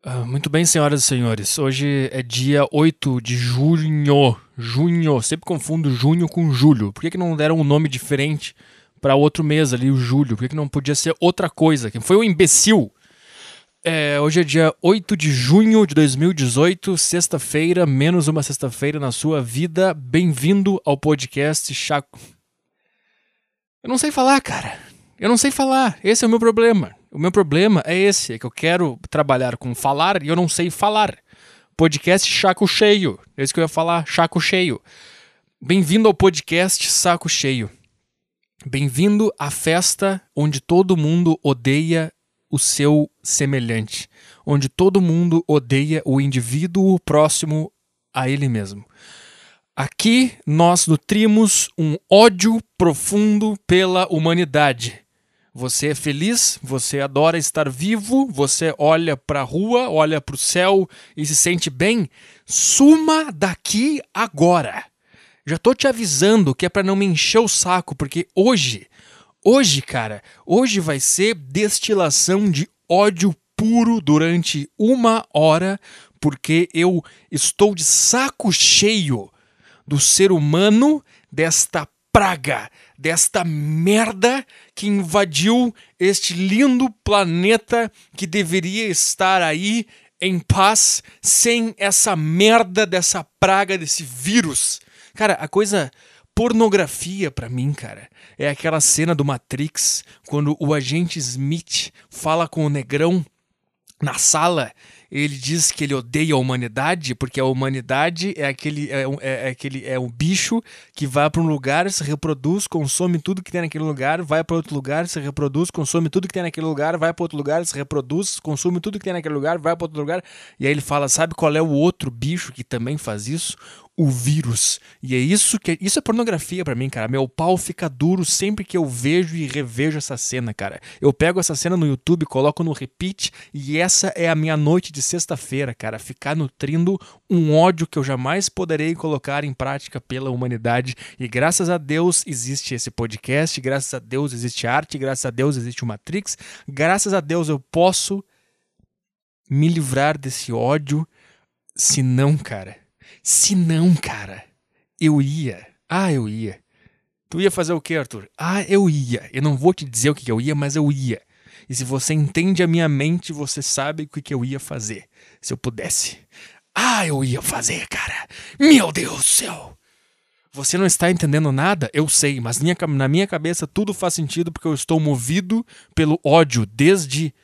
Muito bem, senhoras e senhores. Hoje é dia 8 de junho. Junho. Sempre confundo junho com julho. Por que não deram um nome diferente para outro mês ali, o julho? Por que não podia ser outra coisa? Quem foi um imbecil? Hoje é dia 8 de junho de 2018, sexta-feira, menos uma sexta-feira na sua vida. Bem-vindo ao podcast Chaco. Eu não sei falar, cara. Eu não sei falar. Esse é o meu problema. O meu problema é esse, é que eu quero trabalhar com falar e eu não sei falar. Podcast Chaco Cheio. É isso que eu ia falar, Chaco Cheio. Bem-vindo ao podcast Saco Cheio. Bem-vindo à festa onde todo mundo odeia o seu semelhante. Onde todo mundo odeia o indivíduo próximo a ele mesmo. Aqui nós nutrimos um ódio profundo pela humanidade. Você é feliz, você adora estar vivo, você olha pra rua, olha pro céu e se sente bem? Suma daqui agora. Já tô te avisando que é pra não me encher o saco, porque hoje, cara, hoje vai ser destilação de ódio puro durante 1 hora, porque eu estou de saco cheio do ser humano, desta praga, desta merda que invadiu este lindo planeta que deveria estar aí em paz sem essa merda dessa praga, desse vírus. Cara, a coisa pornografia pra mim, cara, é aquela cena do Matrix quando o agente Smith fala com o negrão na sala. Ele diz que ele odeia a humanidade porque a humanidade é um bicho que vai para um lugar, se reproduz, consome tudo que tem naquele lugar, vai para outro lugar, se reproduz, consome tudo que tem naquele lugar, vai para outro lugar, se reproduz, consome tudo que tem naquele lugar, vai para outro lugar. E aí ele fala, sabe qual é o outro bicho que também faz isso? O vírus. E é isso é pornografia pra mim, cara. Meu pau fica duro sempre que eu vejo e revejo essa cena, cara. Eu pego essa cena no YouTube, coloco no repeat e essa é a minha noite de sexta-feira, cara. Ficar nutrindo um ódio que eu jamais poderei colocar em prática pela humanidade. E graças a Deus existe esse podcast, graças a Deus existe arte, graças a Deus existe o Matrix, graças a Deus eu posso me livrar desse ódio. Se não, cara, eu ia. Eu ia. Tu ia fazer o quê, Arthur? Eu ia. Eu não vou te dizer o que eu ia, mas eu ia. E se você entende a minha mente, você sabe o que eu ia fazer. Se eu pudesse. Eu ia fazer, cara. Meu Deus do céu. Você não está entendendo nada? Eu sei, mas na minha cabeça tudo faz sentido porque eu estou movido pelo ódio desde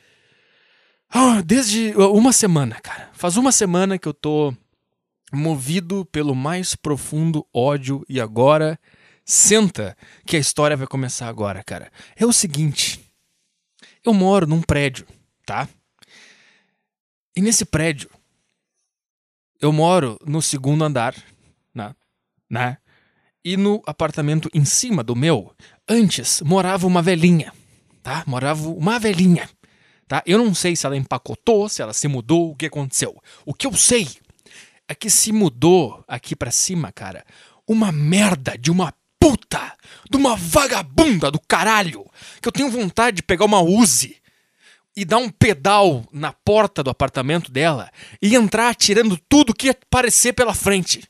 uma semana, cara. Faz uma semana que eu tô movido pelo mais profundo ódio e agora senta que a história vai começar agora, cara. É o seguinte, eu moro num prédio, tá? E nesse prédio eu moro no segundo andar, né? E no apartamento em cima do meu, antes morava uma velhinha, tá? Tá? Eu não sei se ela empacotou, se ela se mudou, o que aconteceu. O que eu sei é que se mudou aqui pra cima, cara, uma merda de uma puta, de uma vagabunda do caralho, que eu tenho vontade de pegar uma Uzi e dar um pedal na porta do apartamento dela e entrar atirando tudo que aparecer pela frente.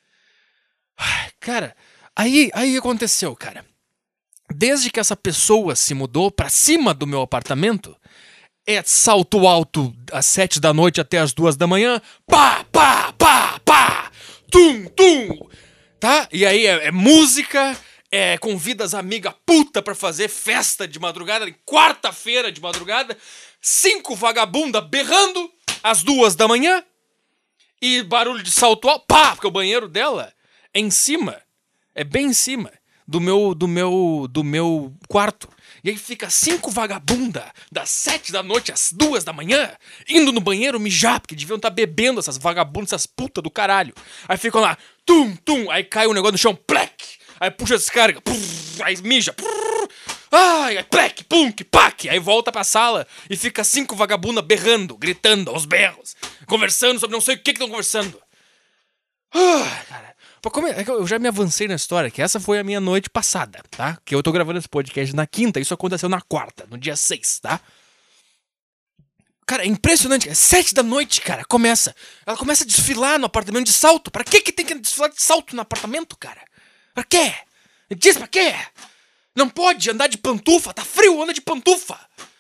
Cara, aí aconteceu, cara. Desde que essa pessoa se mudou pra cima do meu apartamento, é salto alto às 7 da noite até às 2 da manhã. Pá, pá, pá, pá. Tum, tum. Tá? E aí é música, convida as amigas puta pra fazer festa de madrugada, quarta-feira de madrugada. 5 vagabunda berrando às 2 da manhã. E barulho de salto alto. Pá, porque o banheiro dela é em cima. É bem em cima do meu quarto. E aí fica 5 vagabunda das 7 da noite às 2 da manhã indo no banheiro mijar, porque deviam estar bebendo essas vagabundas, essas putas do caralho. Aí ficam lá, tum, tum, aí cai um negócio no chão, plec, aí puxa a descarga, aí mija, aí plec, punk, pac, aí volta pra sala e fica 5 vagabunda berrando, gritando aos berros, conversando sobre não sei o que estão conversando. Cara. Eu já me avancei na história, que essa foi a minha noite passada, tá? Que eu tô gravando esse podcast na quinta, isso aconteceu na quarta, no dia 6, tá? Cara, é impressionante. É 7 da noite, cara. Começa. Ela começa a desfilar no apartamento de salto. Pra que tem que desfilar de salto no apartamento, cara? Pra quê? Diz pra quê? Não pode andar de pantufa. Tá frio, anda de pantufa.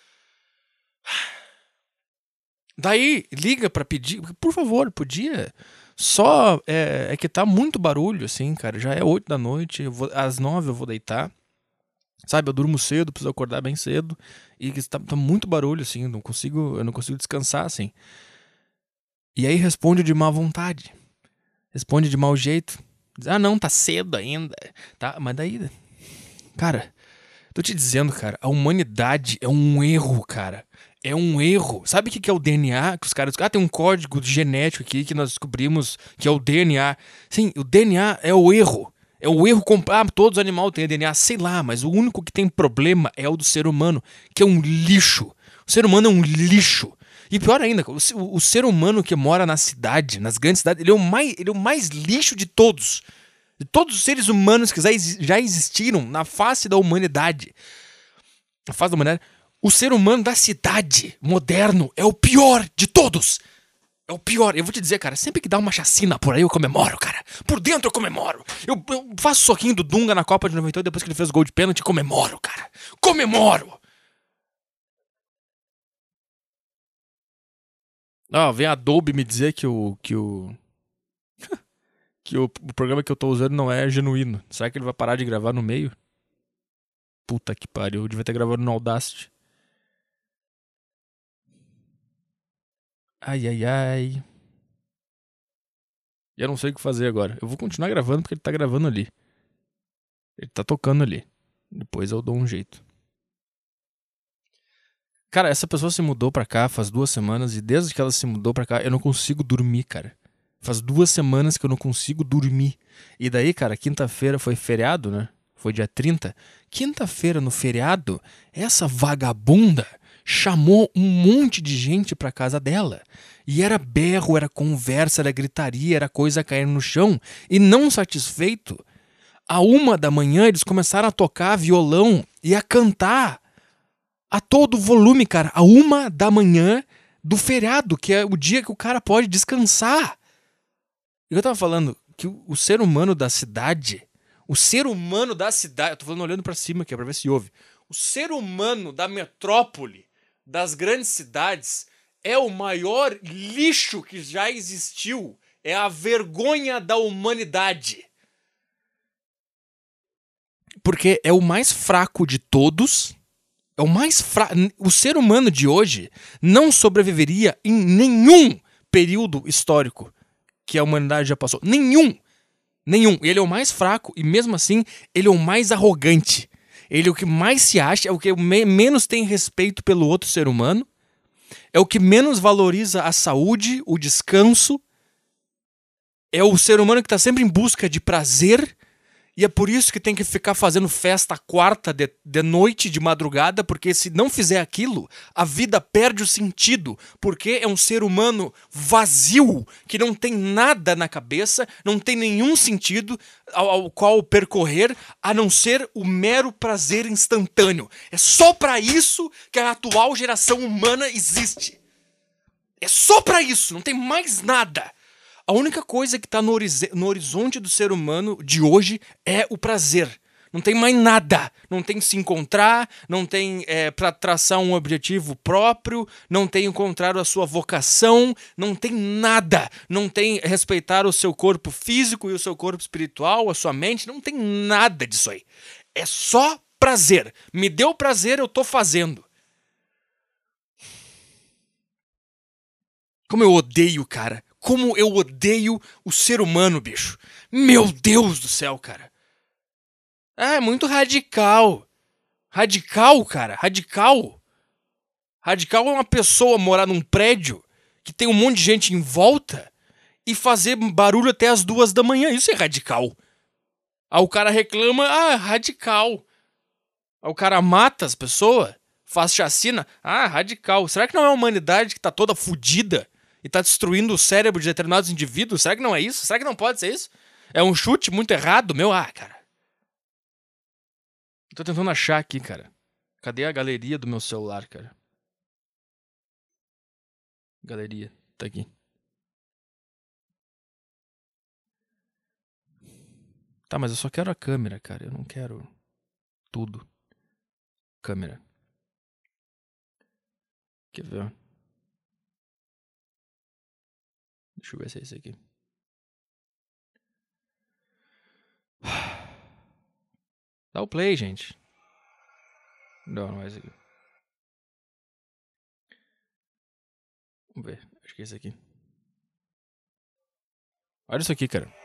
Daí, liga pra pedir. Por favor, podia. Só é que tá muito barulho, assim, cara. Já é 8 da noite. Às 9 eu vou deitar. Sabe, eu durmo cedo, preciso acordar bem cedo. E tá muito barulho, assim. Eu não consigo descansar, assim. E aí responde de má vontade. Responde de mau jeito. Diz, ah, não, tá cedo ainda. Tá, mas daí. Cara, tô te dizendo, cara, a humanidade é um erro, cara. É um erro. Sabe o que é o DNA? Que os caras. Ah, tem um código genético aqui que nós descobrimos que é o DNA. Sim, o DNA é o erro. É o erro. Ah, todos os animais têm DNA, sei lá, mas o único que tem problema é o do ser humano, que é um lixo. O ser humano é um lixo. E pior ainda, o ser humano que mora na cidade, nas grandes cidades, ele é o mais lixo de todos. De todos os seres humanos que já existiram na face da humanidade. Na face da humanidade. O ser humano da cidade moderno é o pior de todos. É o pior. Eu vou te dizer, cara, sempre que dá uma chacina por aí eu comemoro, cara. Por dentro eu comemoro. Eu faço soquinho do Dunga na Copa de 98 depois que ele fez o gol de pênalti. Comemoro, cara. Comemoro. Ah, vem a Adobe me dizer que o programa que eu tô usando não é genuíno. Será que ele vai parar de gravar no meio? Puta que pariu. Eu devia ter gravado no Audacity. Ai, ai, ai. E eu não sei o que fazer agora. Eu vou continuar gravando porque ele tá gravando ali. Ele tá tocando ali. Depois eu dou um jeito. Cara, essa pessoa se mudou pra cá faz 2 semanas e desde que ela se mudou pra cá eu não consigo dormir, cara. Faz 2 semanas que eu não consigo dormir. E daí, cara, quinta-feira foi feriado, né? Foi dia 30. Quinta-feira no feriado, essa vagabunda chamou um monte de gente pra casa dela. E era berro, era conversa, era gritaria, era coisa caindo no chão. E não satisfeito, à 1 da manhã eles começaram a tocar violão e a cantar a todo volume, cara. À 1 da manhã do feriado, que é o dia que o cara pode descansar. E eu tava falando que o ser humano da cidade, eu tô falando olhando pra cima aqui, pra ver se ouve. O ser humano da metrópole, das grandes cidades, é o maior lixo que já existiu. É a vergonha da humanidade. Porque é o mais fraco de todos. É o mais fraco. O ser humano de hoje não sobreviveria em nenhum período histórico que a humanidade já passou. Nenhum. Nenhum. Ele é o mais fraco e mesmo assim ele é o mais arrogante. Ele é o que mais se acha, é o que menos tem respeito pelo outro ser humano. É o que menos valoriza a saúde, o descanso. É o ser humano que está sempre em busca de prazer. E é por isso que tem que ficar fazendo festa quarta de noite, de madrugada, porque se não fizer aquilo, a vida perde o sentido, porque é um ser humano vazio, que não tem nada na cabeça, não tem nenhum sentido ao qual percorrer, a não ser o mero prazer instantâneo. É só pra isso que a atual geração humana existe. É só pra isso, não tem mais nada. A única coisa que está no horizonte do ser humano de hoje é o prazer. Não tem mais nada. Não tem se encontrar, não tem para traçar um objetivo próprio, não tem encontrar a sua vocação, não tem nada. Não tem respeitar o seu corpo físico e o seu corpo espiritual, a sua mente, não tem nada disso aí. É só prazer. Me deu prazer, eu tô fazendo. Como eu odeio, cara. Como eu odeio o ser humano, bicho. Meu Deus do céu, cara. Ah, é muito radical. Radical, cara. Radical. Radical é uma pessoa morar num prédio que tem um monte de gente em volta e fazer barulho até as 2 da manhã. Isso é radical. Aí o cara reclama, radical. Aí o cara mata as pessoas, faz chacina. Radical. Será que não é a humanidade que tá toda fodida? E tá destruindo o cérebro de determinados indivíduos? Será que não é isso? Será que não pode ser isso? É um chute muito errado, meu? Cara. Eu tô tentando achar aqui, cara. Cadê a galeria do meu celular, cara? Galeria, tá aqui. Tá, mas eu só quero a câmera, cara. Eu não quero tudo. Câmera. Quer ver? Deixa eu ver se é esse aqui. Dá o play, gente. Não é esse aqui. Vamos ver. Acho que é esse aqui. Olha isso aqui, cara.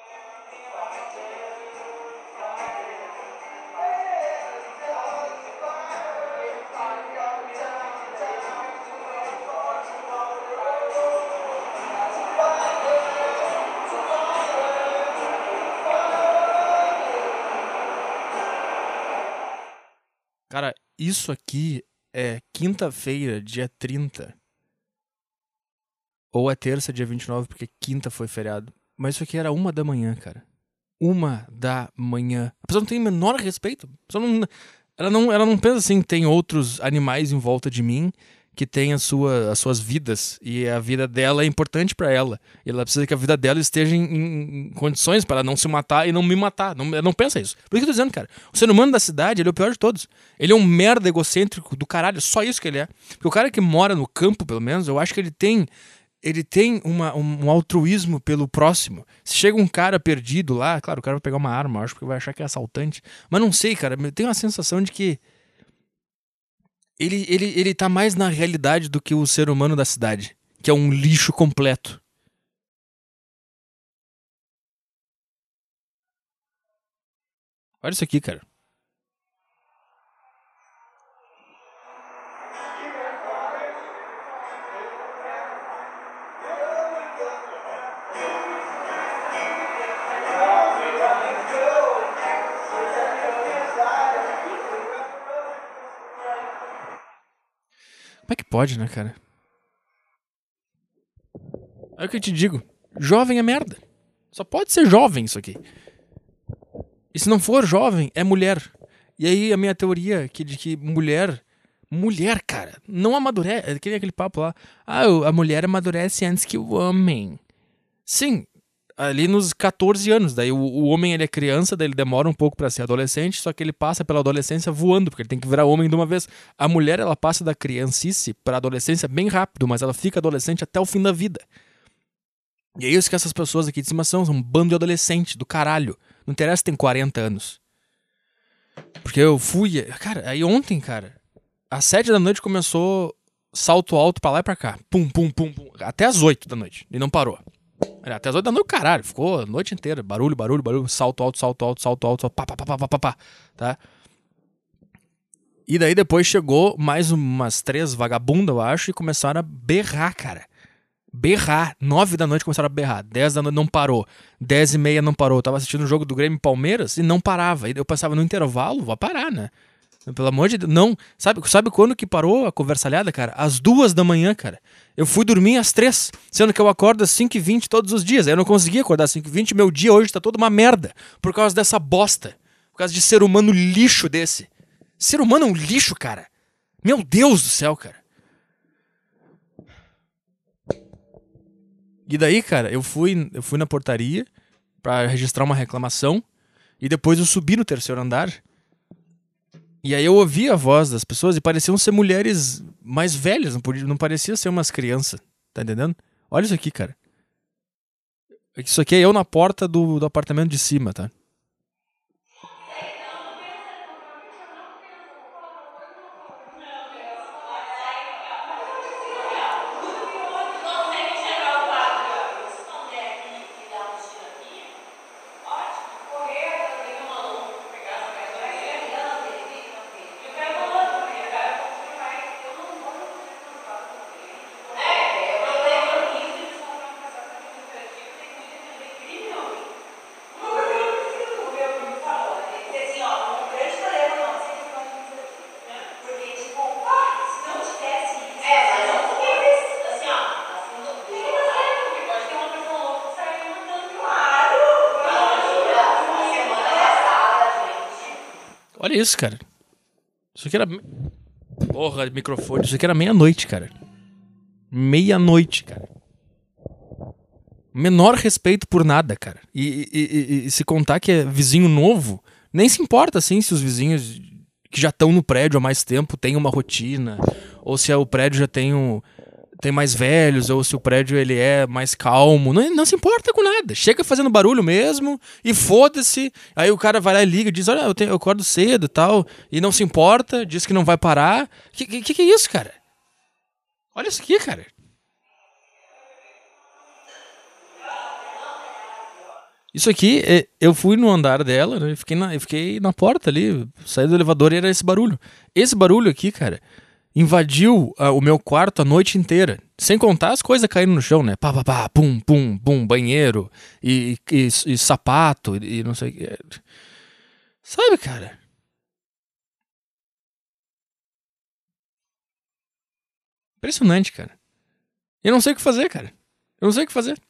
Cara, isso aqui é quinta-feira, dia 30. Ou é terça, dia 29, porque quinta foi feriado. Mas isso aqui era 1 da manhã, cara. 1 da manhã. A pessoa não tem o menor respeito. A pessoa não, ela não pensa assim, tem outros animais em volta de mim que têm as suas vidas. E a vida dela é importante pra ela. E ela precisa que a vida dela esteja em condições para ela não se matar e não me matar. Ela não pensa isso. Por isso que eu tô dizendo, cara. O ser humano da cidade, ele é o pior de todos. Ele é um merda egocêntrico do caralho. Só isso que ele é. Porque o cara que mora no campo, pelo menos, eu acho que ele tem um altruísmo pelo próximo. Se chega um cara perdido lá, claro, o cara vai pegar uma arma, acho que vai achar que é assaltante. Mas não sei, cara, eu tenho a sensação de que ele tá mais na realidade do que o ser humano da cidade, que é um lixo completo. Olha isso aqui, cara. Como é que pode, né, cara? É o que eu te digo. Jovem é merda. Só pode ser jovem isso aqui. E se não for jovem, é mulher. E aí a minha teoria de que mulher, cara, não amadurece. É que nem aquele papo lá. Ah, a mulher amadurece antes que o homem. Sim, ali nos 14 anos. Daí o homem ele é criança, daí ele demora um pouco pra ser adolescente, só que ele passa pela adolescência voando, porque ele tem que virar homem de uma vez. A mulher, ela passa da criancice pra adolescência bem rápido, mas ela fica adolescente até o fim da vida. E é isso que essas pessoas aqui de cima são um bando de adolescente do caralho. Não interessa se tem 40 anos. Porque eu fui. Cara, aí ontem, cara, às 7 da noite começou salto alto pra lá e pra cá. Pum, pum, pum, pum. Até às 8 da noite. E não parou. Até as 8 da noite, caralho. Ficou a noite inteira. Barulho, barulho, barulho. Salto alto, salto alto, salto alto. Pá, pá, pá, pá, pá, pá, pá. Tá? E daí depois chegou mais umas 3 vagabundas, eu acho, e começaram a berrar, cara. Berrar. 9 da noite começaram a berrar. 10 da noite não parou. 10 e meia não parou. Eu tava assistindo o jogo do Grêmio Palmeiras e não parava. E eu pensava, no intervalo, vai parar, né? Pelo amor de Deus. Não. Sabe quando que parou a conversalhada, cara? Às 2 da manhã, cara. Eu fui dormir às 3, sendo que eu acordo às 5h20 todos os dias. Aí eu não conseguia acordar às 5h20. Meu dia hoje tá todo uma merda. Por causa dessa bosta. Por causa de ser humano lixo desse. Ser humano é um lixo, cara. Meu Deus do céu, cara. E daí, cara, eu fui na portaria pra registrar uma reclamação. E depois eu subi no 3º andar. E aí eu ouvi a voz das pessoas e pareciam ser mulheres mais velhas. Não parecia ser umas crianças. Tá entendendo? Olha isso aqui, cara. Isso aqui é eu na porta do apartamento de cima, tá? Olha isso, cara. Isso aqui era. Porra, microfone. Isso aqui era meia-noite, cara. Meia-noite, cara. Menor respeito por nada, cara. E se contar que é vizinho novo, nem se importa, assim, se os vizinhos que já estão no prédio há mais tempo têm uma rotina, ou se o prédio já tem mais velhos, ou se o prédio ele é mais calmo. Não se importa com nada. Chega fazendo barulho mesmo e foda-se. Aí o cara vai lá e liga e diz, olha, eu acordo cedo e tal, e não se importa, diz que não vai parar. Que é isso, cara? Olha isso aqui, cara. Isso aqui, eu fui no andar dela, né? Eu fiquei na porta ali, saí do elevador e era esse barulho. Esse barulho aqui, cara, invadiu o meu quarto a noite inteira. Sem contar as coisas caindo no chão, né? Pá, pá, pá, pum, pum, pum, banheiro e sapato e não sei o que. Sabe, cara? Impressionante, cara. Eu não sei o que fazer, cara. Eu não sei o que fazer.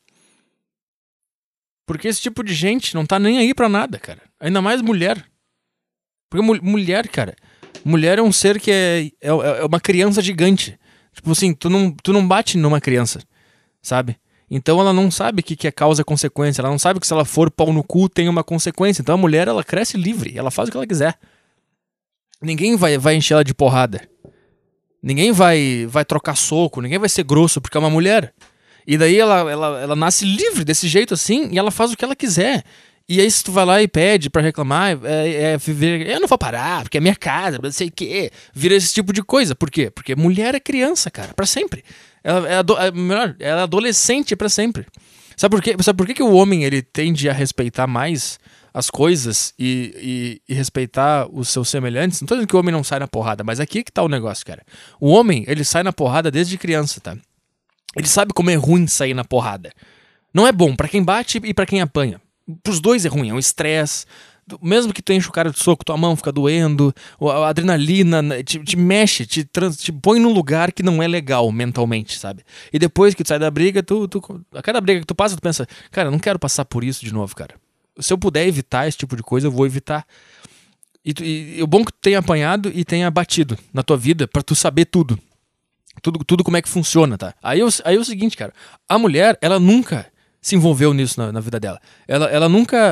Porque esse tipo de gente não tá nem aí pra nada, cara. Ainda mais mulher. Porque mulher, cara. Mulher é um ser que é uma criança gigante. Tipo assim, tu não bate numa criança, sabe? Então ela não sabe o que é causa e consequência. Ela não sabe que se ela for pau no cu tem uma consequência. Então a mulher, ela cresce livre. Ela faz o que ela quiser. Ninguém vai encher ela de porrada. Ninguém vai trocar soco. Ninguém vai ser grosso porque é uma mulher. E daí ela nasce livre desse jeito assim e ela faz o que ela quiser. E aí se tu vai lá e pede pra reclamar, eu não vou parar, porque é minha casa, não sei o quê. Vira esse tipo de coisa. Por quê? Porque mulher é criança, cara, pra sempre. Melhor, ela é adolescente pra sempre. Sabe por quê? Sabe por que que o homem ele tende a respeitar mais as coisas e respeitar os seus semelhantes? Não tô dizendo que o homem não sai na porrada, mas aqui que tá o negócio, cara. O homem, ele sai na porrada desde criança, tá? Ele sabe como é ruim sair na porrada. Não é bom pra quem bate e pra quem apanha. Pros dois é ruim, é um estresse. Mesmo que tu enche o cara de soco, tua mão fica doendo, a adrenalina te mexe, te põe num lugar que não é legal mentalmente, sabe? E depois que tu sai da briga, a cada briga que tu passa, tu pensa, cara, eu não quero passar por isso de novo, cara. Se eu puder evitar esse tipo de coisa, eu vou evitar. E o bom é que tu tenha apanhado e tenha batido na tua vida pra tu saber tudo. Tudo como é que funciona, tá? Aí é o seguinte, cara. A mulher, ela nunca se envolveu nisso na vida dela. Ela nunca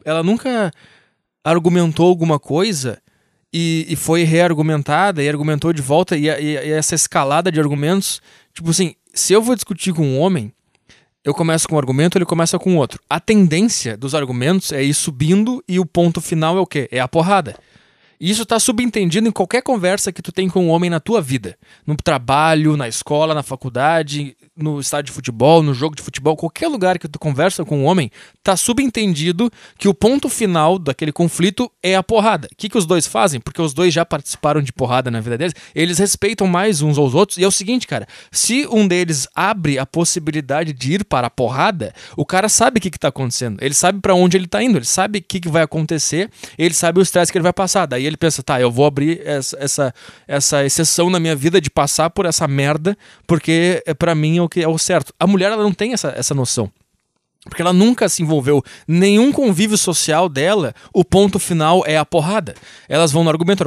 argumentou alguma coisa e foi reargumentada e argumentou de volta e essa escalada de argumentos, tipo assim, se eu vou discutir com um homem, eu começo com um argumento, ele começa com outro. A tendência dos argumentos é ir subindo e o ponto final é o quê? É a porrada. E isso tá subentendido em qualquer conversa que tu tem com um homem na tua vida. No trabalho, na escola, na faculdade, no estádio de futebol, no jogo de futebol, qualquer lugar que tu conversa com um homem, tá subentendido que o ponto final daquele conflito é a porrada. O que os dois fazem? Porque os dois já participaram de porrada na vida deles, eles respeitam mais uns aos outros. E é o seguinte, cara, se um deles abre a possibilidade de ir para a porrada, o cara sabe o que tá acontecendo. Ele sabe para onde ele tá indo, ele sabe o que vai acontecer, ele sabe o estresse que ele vai passar. Daí ele pensa, tá, eu vou abrir essa exceção na minha vida de passar por essa merda, porque pra mim é o que é o certo. A mulher, ela não tem essa noção. Porque ela nunca se envolveu. Nenhum convívio social dela, o ponto final é a porrada. Elas vão no argumento,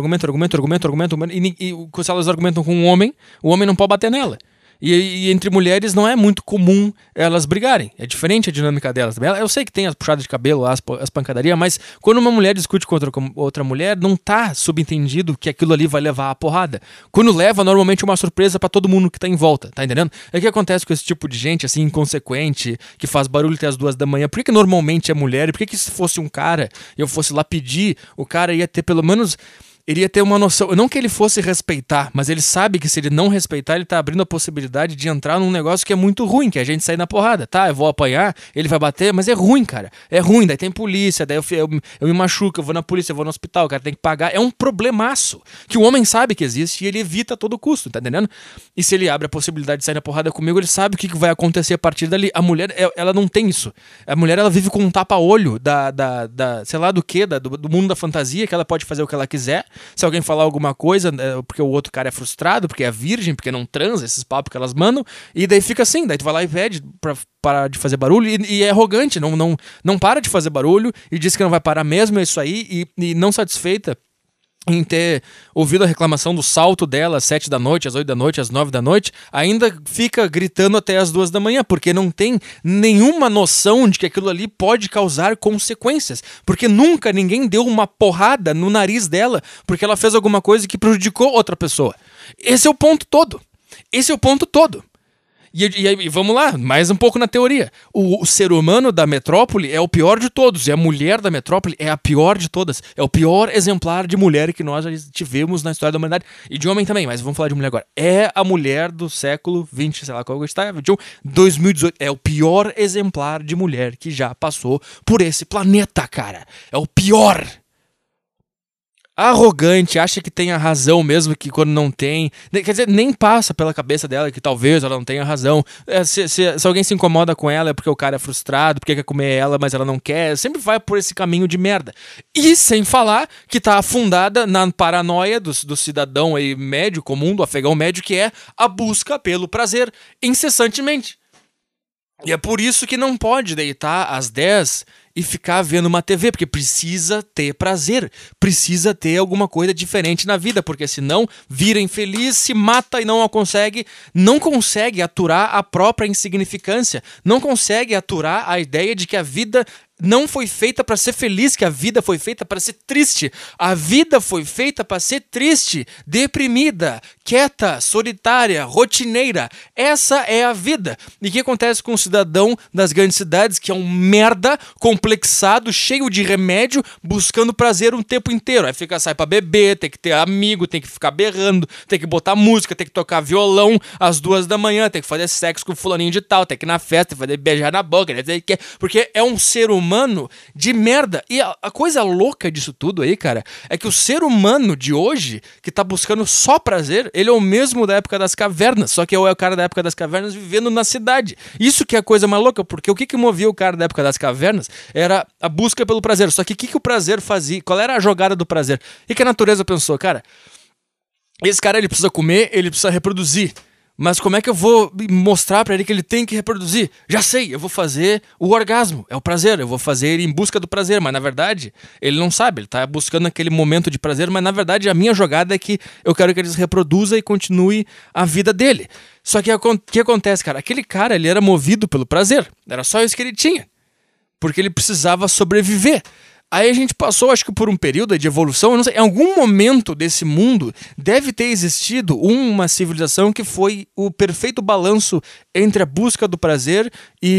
e se elas argumentam com um homem, o homem não pode bater nela. E entre mulheres não é muito comum elas brigarem. É diferente a dinâmica delas. Eu sei que tem as puxadas de cabelo, as pancadarias, mas quando uma mulher discute com outra mulher, não tá subentendido que aquilo ali vai levar a porrada. Quando leva, normalmente é uma surpresa pra todo mundo que tá em volta, tá entendendo? É o que acontece com esse tipo de gente, assim, inconsequente, que faz barulho até as 2 da manhã. Por que normalmente é mulher? E por que se fosse um cara e eu fosse lá pedir, o cara ia ter pelo menos... Ele ia ter uma noção, não que ele fosse respeitar, mas ele sabe que se ele não respeitar, ele tá abrindo a possibilidade de entrar num negócio que é muito ruim, que é a gente sair na porrada. Tá, eu vou apanhar, ele vai bater, mas é ruim, cara. É ruim, daí tem polícia, daí eu me machuco, eu vou na polícia, eu vou no hospital, o cara tem que pagar. É um problemaço, que o homem sabe que existe e ele evita a todo custo, tá entendendo? E se ele abre a possibilidade de sair na porrada comigo, ele sabe o que vai acontecer a partir dali. A mulher, ela não tem isso. A mulher, ela vive com um tapa-olho sei lá do que, do mundo da fantasia, que ela pode fazer o que ela quiser. Se alguém falar alguma coisa, porque o outro cara é frustrado, porque é virgem, porque não transa, esses papos que elas mandam, e daí fica assim, daí tu vai lá e pede pra parar de fazer barulho, e é arrogante, não para de fazer barulho, e diz que não vai parar mesmo, é isso aí, e não satisfeita, em ter ouvido a reclamação do salto dela às 7 da noite, às 8 da noite, às 9 da noite, ainda fica gritando até às 2 da manhã, porque não tem nenhuma noção de que aquilo ali pode causar consequências. Porque nunca ninguém deu uma porrada no nariz dela porque ela fez alguma coisa que prejudicou outra pessoa. Esse é o ponto todo. Esse é o ponto todo. E vamos lá, mais um pouco na teoria. O ser humano da metrópole é o pior de todos, e a mulher da metrópole é a pior de todas. É o pior exemplar de mulher que nós já tivemos na história da humanidade. E de homem também, mas vamos falar de mulher agora. É a mulher do século XX, sei lá qual está, 21, 2018. É o pior exemplar de mulher que já passou por esse planeta, cara. É o pior. Arrogante, acha que tem a razão mesmo que quando não tem. Quer dizer, nem passa pela cabeça dela que talvez ela não tenha razão. Se alguém se incomoda com ela é porque o cara é frustrado, porque quer comer ela, mas ela não quer. Sempre vai por esse caminho de merda. E sem falar que tá afundada na paranoia do cidadão aí médio, comum, do afegão médio, que é a busca pelo prazer incessantemente. E é por isso que não pode deitar às 10 e ficar vendo uma TV, porque precisa ter prazer, precisa ter alguma coisa diferente na vida, porque senão vira infeliz, se mata e não consegue aturar a própria insignificância, não consegue aturar a ideia de que a vida não foi feita para ser feliz, que a vida foi feita para ser triste. A vida foi feita para ser triste, deprimida, quieta, solitária, rotineira. Essa é a vida. E o que acontece com o cidadão das grandes cidades, que é um merda complexado, cheio de remédio, buscando prazer um tempo inteiro? Aí sai pra beber, tem que ter amigo, tem que ficar berrando, tem que botar música, tem que tocar violão às 2 da manhã, tem que fazer sexo com fulaninho de tal, tem que ir na festa, fazer beijar na boca, né? Porque é um ser humano de merda. E a coisa louca disso tudo aí, cara, é que o ser humano de hoje, que tá buscando só prazer, ele é o mesmo da época das cavernas, só que é o cara da época das cavernas vivendo na cidade. Isso que é a coisa mais louca, porque o que movia o cara da época das cavernas era a busca pelo prazer. Só que o que o prazer fazia? Qual era a jogada do prazer? E que a natureza pensou, cara, esse cara ele precisa comer, ele precisa reproduzir. Mas como é que eu vou mostrar pra ele que ele tem que reproduzir? Já sei, eu vou fazer o orgasmo, é o prazer, eu vou fazer ele em busca do prazer, mas na verdade ele não sabe, ele tá buscando aquele momento de prazer, mas na verdade a minha jogada é que eu quero que ele se reproduza e continue a vida dele. Só que o que acontece, cara? Aquele cara, ele era movido pelo prazer, era só isso que ele tinha, porque ele precisava sobreviver. Aí a gente passou, acho que por um período de evolução, eu não sei, em algum momento desse mundo deve ter existido uma civilização que foi o perfeito balanço entre a busca do prazer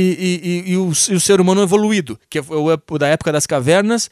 e o ser humano evoluído, que é o da época das cavernas.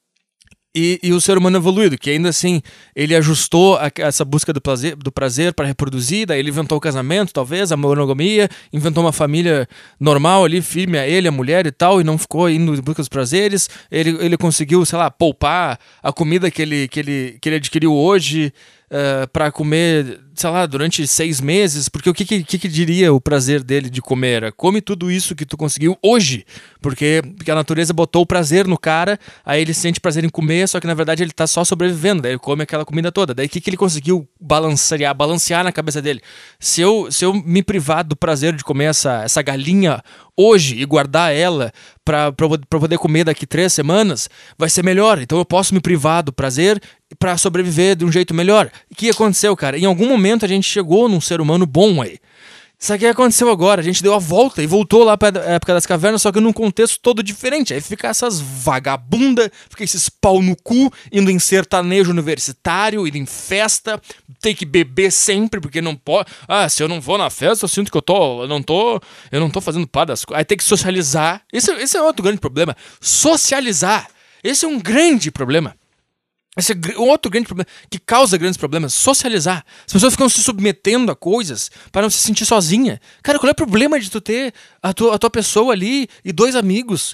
E o ser humano evoluído, que ainda assim ele ajustou essa busca do prazer para reproduzir, daí ele inventou o casamento, talvez, a monogamia, inventou uma família normal ali, firme a ele, a mulher e tal, e não ficou indo em busca dos prazeres. Ele conseguiu, sei lá, poupar a comida que ele adquiriu hoje para comer, sei lá, durante 6 meses, porque o que diria o prazer dele de comer? Era, come tudo isso que tu conseguiu hoje, porque a natureza botou o prazer no cara, aí ele sente prazer em comer, só que na verdade ele tá só sobrevivendo, daí ele come aquela comida toda, daí o que ele conseguiu balancear na cabeça dele? Se eu me privar do prazer de comer essa galinha hoje e guardar ela pra poder comer daqui 3 semanas, vai ser melhor, então eu posso me privar do prazer pra sobreviver de um jeito melhor. O que aconteceu, cara? Em algum momento a gente chegou num ser humano bom aí. Isso que aconteceu agora, a gente deu a volta e voltou lá pra época das cavernas, só que num contexto todo diferente. Aí fica essas vagabunda, fica esses pau no cu, indo em sertanejo universitário, indo em festa, tem que beber sempre, porque não pode. Ah, se eu não vou na festa, eu sinto que eu não tô fazendo parte das coisas. Aí tem que socializar. Esse é outro grande problema. Socializar. Esse é um grande problema. Esse é outro grande problema, que causa grandes problemas, socializar. As pessoas ficam se submetendo a coisas para não se sentir sozinha. Cara, qual é o problema de tu ter a tua pessoa ali e 2 amigos?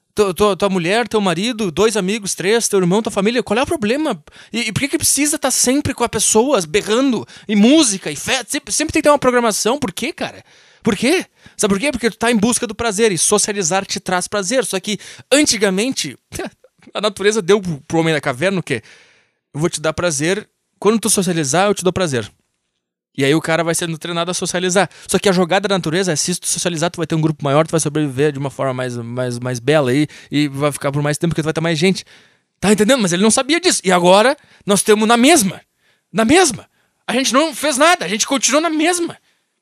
Tua mulher, teu marido, 2 amigos, 3, teu irmão, tua família. Qual é o problema? E por que precisa estar sempre com a pessoa, berrando, e música, e festa? Sempre tem que ter uma programação. Por quê, cara? Por quê? Sabe por quê? Porque tu tá em busca do prazer, e socializar te traz prazer. Só que, antigamente... A natureza deu pro homem da caverna o quê? Eu vou te dar prazer. Quando tu socializar, eu te dou prazer. E aí o cara vai sendo treinado a socializar. Só que a jogada da natureza é, se tu socializar, tu vai ter um grupo maior, tu vai sobreviver de uma forma mais bela aí, e vai ficar por mais tempo porque tu vai ter mais gente. Tá entendendo? Mas ele não sabia disso. E agora nós estamos na mesma. Na mesma. A gente não fez nada, a gente continuou na mesma.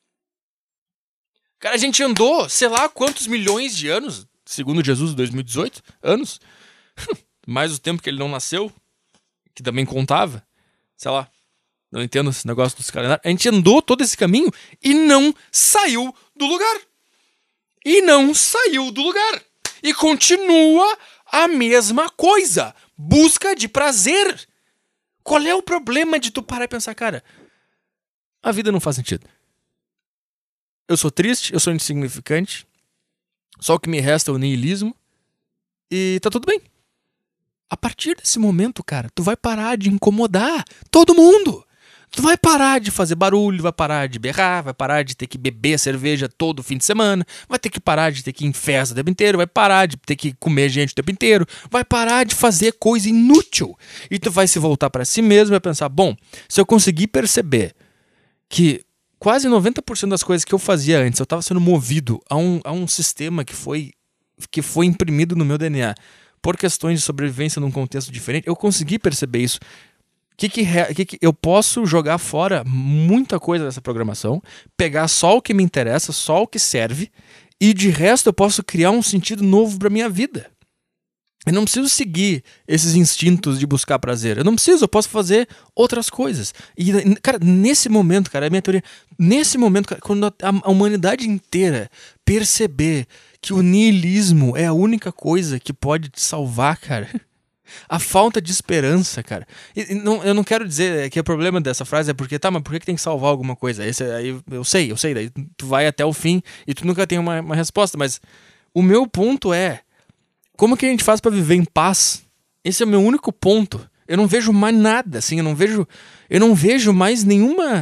Cara, a gente andou, sei lá quantos milhões de anos, segundo Jesus, 2018 anos. Mais o tempo que ele não nasceu, que também contava. Sei lá. Não entendo esse negócio dos calendários. A gente andou todo esse caminho e não saiu do lugar. E não saiu do lugar. E continua a mesma coisa. Busca de prazer. Qual é o problema de tu parar e pensar, cara, a vida não faz sentido. Eu sou triste, eu sou insignificante. Só o que me resta é o niilismo. E tá tudo bem. A partir desse momento, cara, tu vai parar de incomodar todo mundo. Tu vai parar de fazer barulho, vai parar de berrar, vai parar de ter que beber cerveja todo fim de semana, vai ter que parar de ter que ir em festa o tempo inteiro, vai parar de ter que comer gente o tempo inteiro, vai parar de fazer coisa inútil. E tu vai se voltar pra si mesmo e vai pensar, bom, se eu conseguir perceber que quase 90% das coisas que eu fazia antes, eu estava sendo movido a um sistema que foi imprimido no meu DNA por questões de sobrevivência num contexto diferente, eu consegui perceber isso. Eu posso jogar fora muita coisa dessa programação, pegar só o que me interessa, só o que serve, e de resto eu posso criar um sentido novo para minha vida. Eu não preciso seguir esses instintos de buscar prazer. Eu posso fazer outras coisas. E, cara, nesse momento, cara, é a minha teoria. Nesse momento, cara, quando a humanidade inteira perceber que o niilismo é a única coisa que pode te salvar, cara. A falta de esperança, cara. Eu não quero dizer que o problema dessa frase é porque, tá, mas por que tem que salvar alguma coisa? Aí eu sei, daí tu vai até o fim e tu nunca tem uma resposta, mas o meu ponto é, como que a gente faz pra viver em paz? Esse é o meu único ponto. Eu não vejo mais nada, assim, eu não vejo mais nenhuma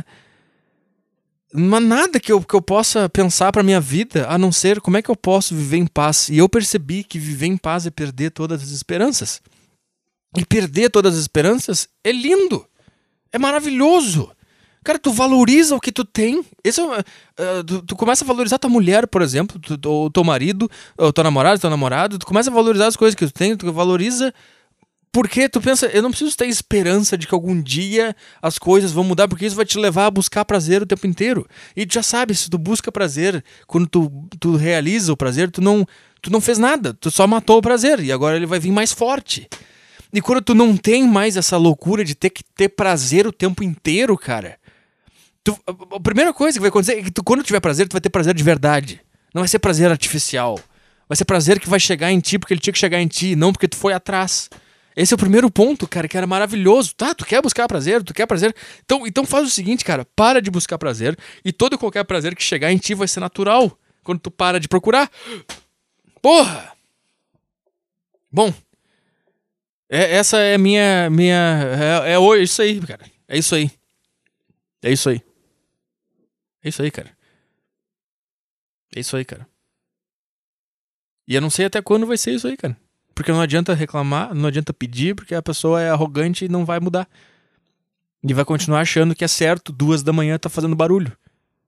nada que eu possa pensar pra minha vida, a não ser como é que eu posso viver em paz. E eu percebi que viver em paz é perder todas as esperanças. E perder todas as esperanças é lindo. É maravilhoso. Cara, tu valoriza o que tu tem. Tu começa a valorizar tua mulher, por exemplo, ou teu marido, ou teu namorado. Tu começa a valorizar as coisas que tu tem, tu valoriza. Porque tu pensa, eu não preciso ter esperança de que algum dia as coisas vão mudar, porque isso vai te levar a buscar prazer o tempo inteiro. E tu já sabe, se tu busca prazer, quando tu realiza o prazer, tu não fez nada. Tu só matou o prazer, e agora ele vai vir mais forte. E quando tu não tem mais essa loucura de ter que ter prazer o tempo inteiro, cara, a primeira coisa que vai acontecer é que quando tu tiver prazer, tu vai ter prazer de verdade. Não vai ser prazer artificial. Vai ser prazer que vai chegar em ti porque ele tinha que chegar em ti, não porque tu foi atrás. Esse é o primeiro ponto, cara, que era maravilhoso. Tá, tu quer buscar prazer, tu quer prazer. Então faz o seguinte, cara, para de buscar prazer e todo e qualquer prazer que chegar em ti vai ser natural quando tu para de procurar. Porra! Bom, essa é é isso aí, cara. É isso aí. É isso aí. É isso aí, cara. É isso aí, cara. E eu não sei até quando vai ser isso aí, cara. Porque não adianta reclamar, não adianta pedir, porque a pessoa é arrogante e não vai mudar. E vai continuar achando que é certo, 2 da manhã tá fazendo barulho.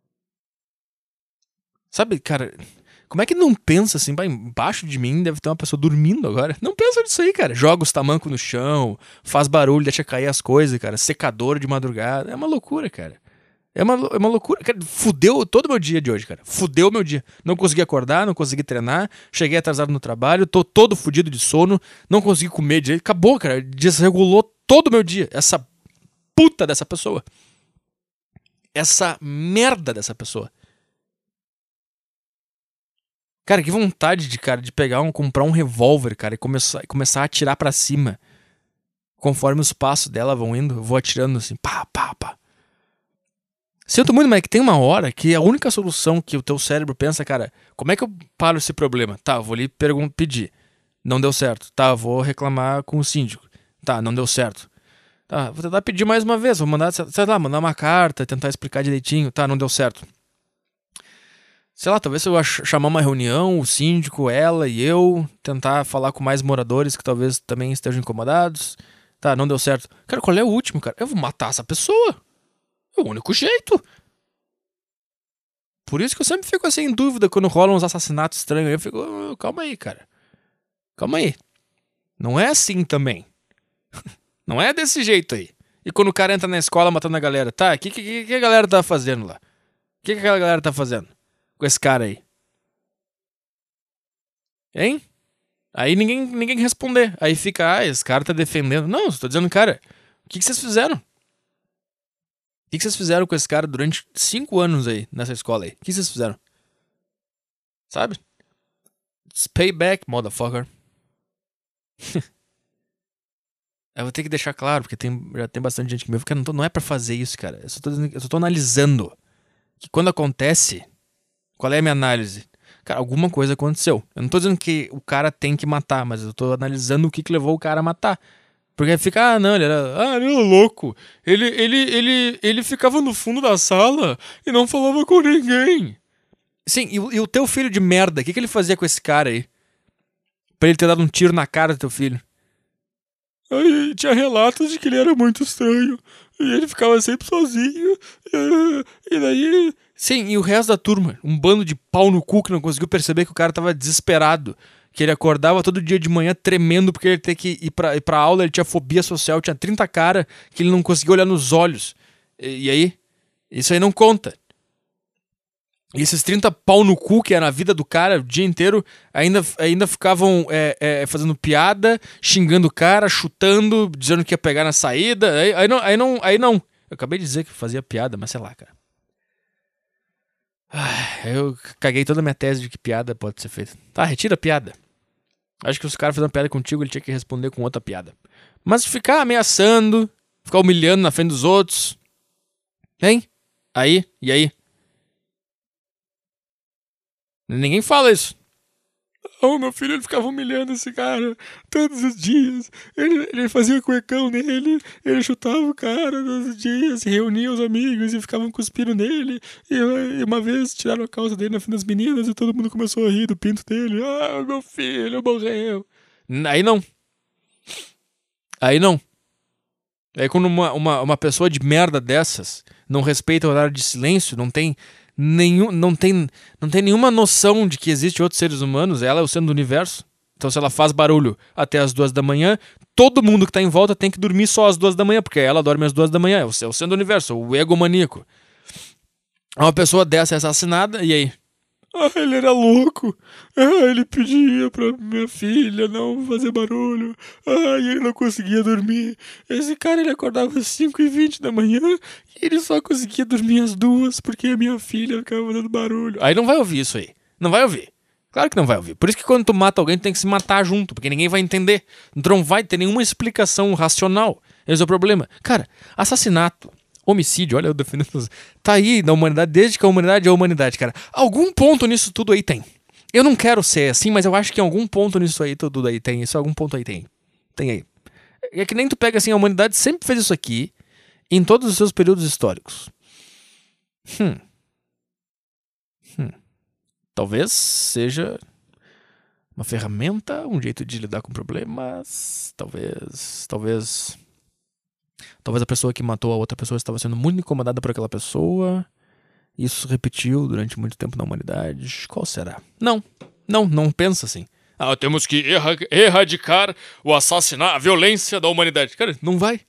Sabe, cara, como é que não pensa assim, embaixo de mim deve ter uma pessoa dormindo agora? Não pensa nisso aí, cara. Joga os tamancos no chão, faz barulho, deixa cair as coisas, cara. Secador de madrugada. É uma loucura, cara. É uma loucura. Cara, fudeu todo o meu dia de hoje, cara. Fudeu o meu dia. Não consegui acordar, não consegui treinar, cheguei atrasado no trabalho, tô todo fudido de sono, não consegui comer direito. Acabou, cara. Desregulou todo o meu dia. Essa puta dessa pessoa. Essa merda dessa pessoa. Cara, que vontade de pegar comprar um revólver, cara, e começar a atirar pra cima. Conforme os passos dela vão indo, eu vou atirando assim, pá, pá, pá. Sinto muito, mas é que tem uma hora que a única solução que o teu cérebro pensa, cara, como é que eu paro esse problema? Tá, vou ali pedir. Não deu certo. Tá, vou reclamar com o síndico. Tá, não deu certo. Tá, vou tentar pedir mais uma vez, vou mandar, sei lá, mandar uma carta, tentar explicar direitinho. Tá, não deu certo. Sei lá, talvez se eu chamar uma reunião, o síndico, ela e eu, tentar falar com mais moradores que talvez também estejam incomodados. Tá, não deu certo. Cara, qual é o último, cara? Eu vou matar essa pessoa. É o único jeito. Por isso que eu sempre fico assim em dúvida quando rolam uns assassinatos estranhos. Eu fico, calma aí, cara. Calma aí. Não é assim também. Não é desse jeito aí. E quando o cara entra na escola matando a galera, tá, o que a galera tá fazendo lá? O que aquela galera tá fazendo com esse cara aí? Hein? Aí ninguém responder. Aí fica, esse cara tá defendendo. Não, eu tô dizendo, cara, o que vocês fizeram? O que vocês fizeram com esse cara durante 5 anos aí, nessa escola aí? O que vocês fizeram? Sabe? It's payback, motherfucker. Eu vou ter que deixar claro, porque já tem bastante gente que me ouve, cara, não é pra fazer isso, cara. Eu só tô analisando que quando acontece, qual é a minha análise? Cara, alguma coisa aconteceu. Eu não tô dizendo que o cara tem que matar, mas eu tô analisando o que levou o cara a matar. Porque fica, não, ele era louco. Ele ficava no fundo da sala e não falava com ninguém. Sim, e o teu filho de merda, o que ele fazia com esse cara aí? Pra ele ter dado um tiro na cara do teu filho. Aí tinha relatos de que ele era muito estranho. E ele ficava sempre sozinho. E daí. Sim, e o resto da turma, um bando de pau no cu que não conseguiu perceber que o cara tava desesperado. Que ele acordava todo dia de manhã tremendo porque ele tinha que ir pra aula, ele tinha fobia social, tinha 30 cara que ele não conseguia olhar nos olhos. E aí? Isso aí não conta. E esses 30 pau no cu que era na vida do cara o dia inteiro, ainda ficavam fazendo piada, xingando o cara, chutando, dizendo que ia pegar na saída. Aí não. Eu acabei de dizer que fazia piada, mas sei lá, cara. Eu caguei toda a minha tese de que piada pode ser feita. Tá, retira a piada. Acho que se o cara fez uma piada contigo, ele tinha que responder com outra piada. Mas ficar ameaçando, ficar humilhando na frente dos outros. Hein? E aí? Ninguém fala isso. Meu filho, ele ficava humilhando esse cara todos os dias. Ele fazia cuecão nele, ele chutava o cara todos os dias, reunia os amigos e ficavam cuspindo nele. E uma vez tiraram a calça dele na frente das meninas e todo mundo começou a rir do pinto dele. Meu filho morreu. Aí não. Aí quando uma pessoa de merda dessas não respeita o horário de silêncio, não tem nenhuma noção de que existe outros seres humanos, ela é o centro do universo. Então se ela faz barulho até as 2 da manhã, todo mundo que tá em volta tem que dormir só às 2 da manhã, porque ela dorme às 2 da manhã, é o centro do universo, o egomaníaco. Uma pessoa dessa é assassinada, e aí? Ele era louco. Ele pedia pra minha filha não fazer barulho. E ele não conseguia dormir. Esse cara, ele acordava às 5h20 da manhã e ele só conseguia dormir às 2 porque a minha filha ficava fazendo barulho. Aí não vai ouvir isso aí. Não vai ouvir. Claro que não vai ouvir. Por isso que quando tu mata alguém, tu tem que se matar junto, porque ninguém vai entender. Tu não vai ter nenhuma explicação racional. Esse é o problema. Cara, assassinato, homicídio, olha, eu defendendo. Tá aí na humanidade, desde que a humanidade é a humanidade, cara. Algum ponto nisso tudo aí tem. Eu não quero ser assim, mas eu acho que em algum ponto nisso aí tudo aí tem. Isso algum ponto aí tem. Tem aí. É que nem tu pega assim, a humanidade sempre fez isso aqui, em todos os seus períodos históricos. Talvez seja uma ferramenta, um jeito de lidar com problemas. Talvez a pessoa que matou a outra pessoa estava sendo muito incomodada por aquela pessoa. Isso se repetiu durante muito tempo na humanidade. Qual será? Não pensa assim. Temos que erradicar o assassinato, a violência da humanidade. Cara, não vai.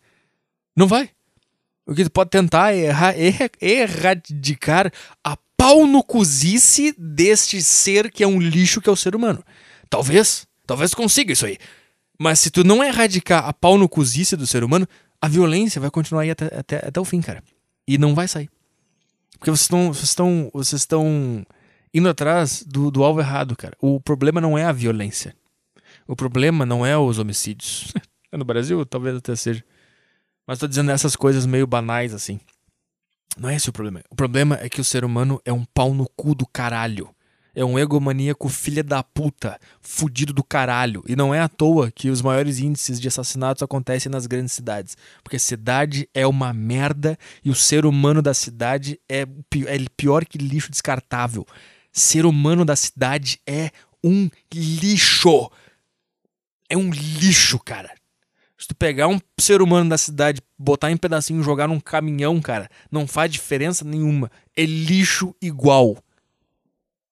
O que tu pode tentar é erradicar a pau no cozice deste ser que é um lixo que é o ser humano. Talvez tu consiga isso aí. Mas se tu não erradicar a pau no cozice do ser humano, a violência vai continuar aí até o fim, cara. E não vai sair. Porque vocês estão indo atrás do alvo errado, cara. O problema não é a violência. O problema não é os homicídios. No Brasil, talvez até seja. Mas tô dizendo essas coisas meio banais, assim. Não é esse o problema. O problema é que o ser humano é um pau no cu do caralho. É um egomaníaco filha da puta, fudido do caralho. E não é à toa que os maiores índices de assassinatos acontecem nas grandes cidades. Porque cidade é uma merda e o ser humano da cidade é pior que lixo descartável. Ser humano da cidade é um lixo. É um lixo, cara. Se tu pegar um ser humano da cidade, botar em pedacinho e jogar num caminhão, cara, não faz diferença nenhuma. É lixo igual.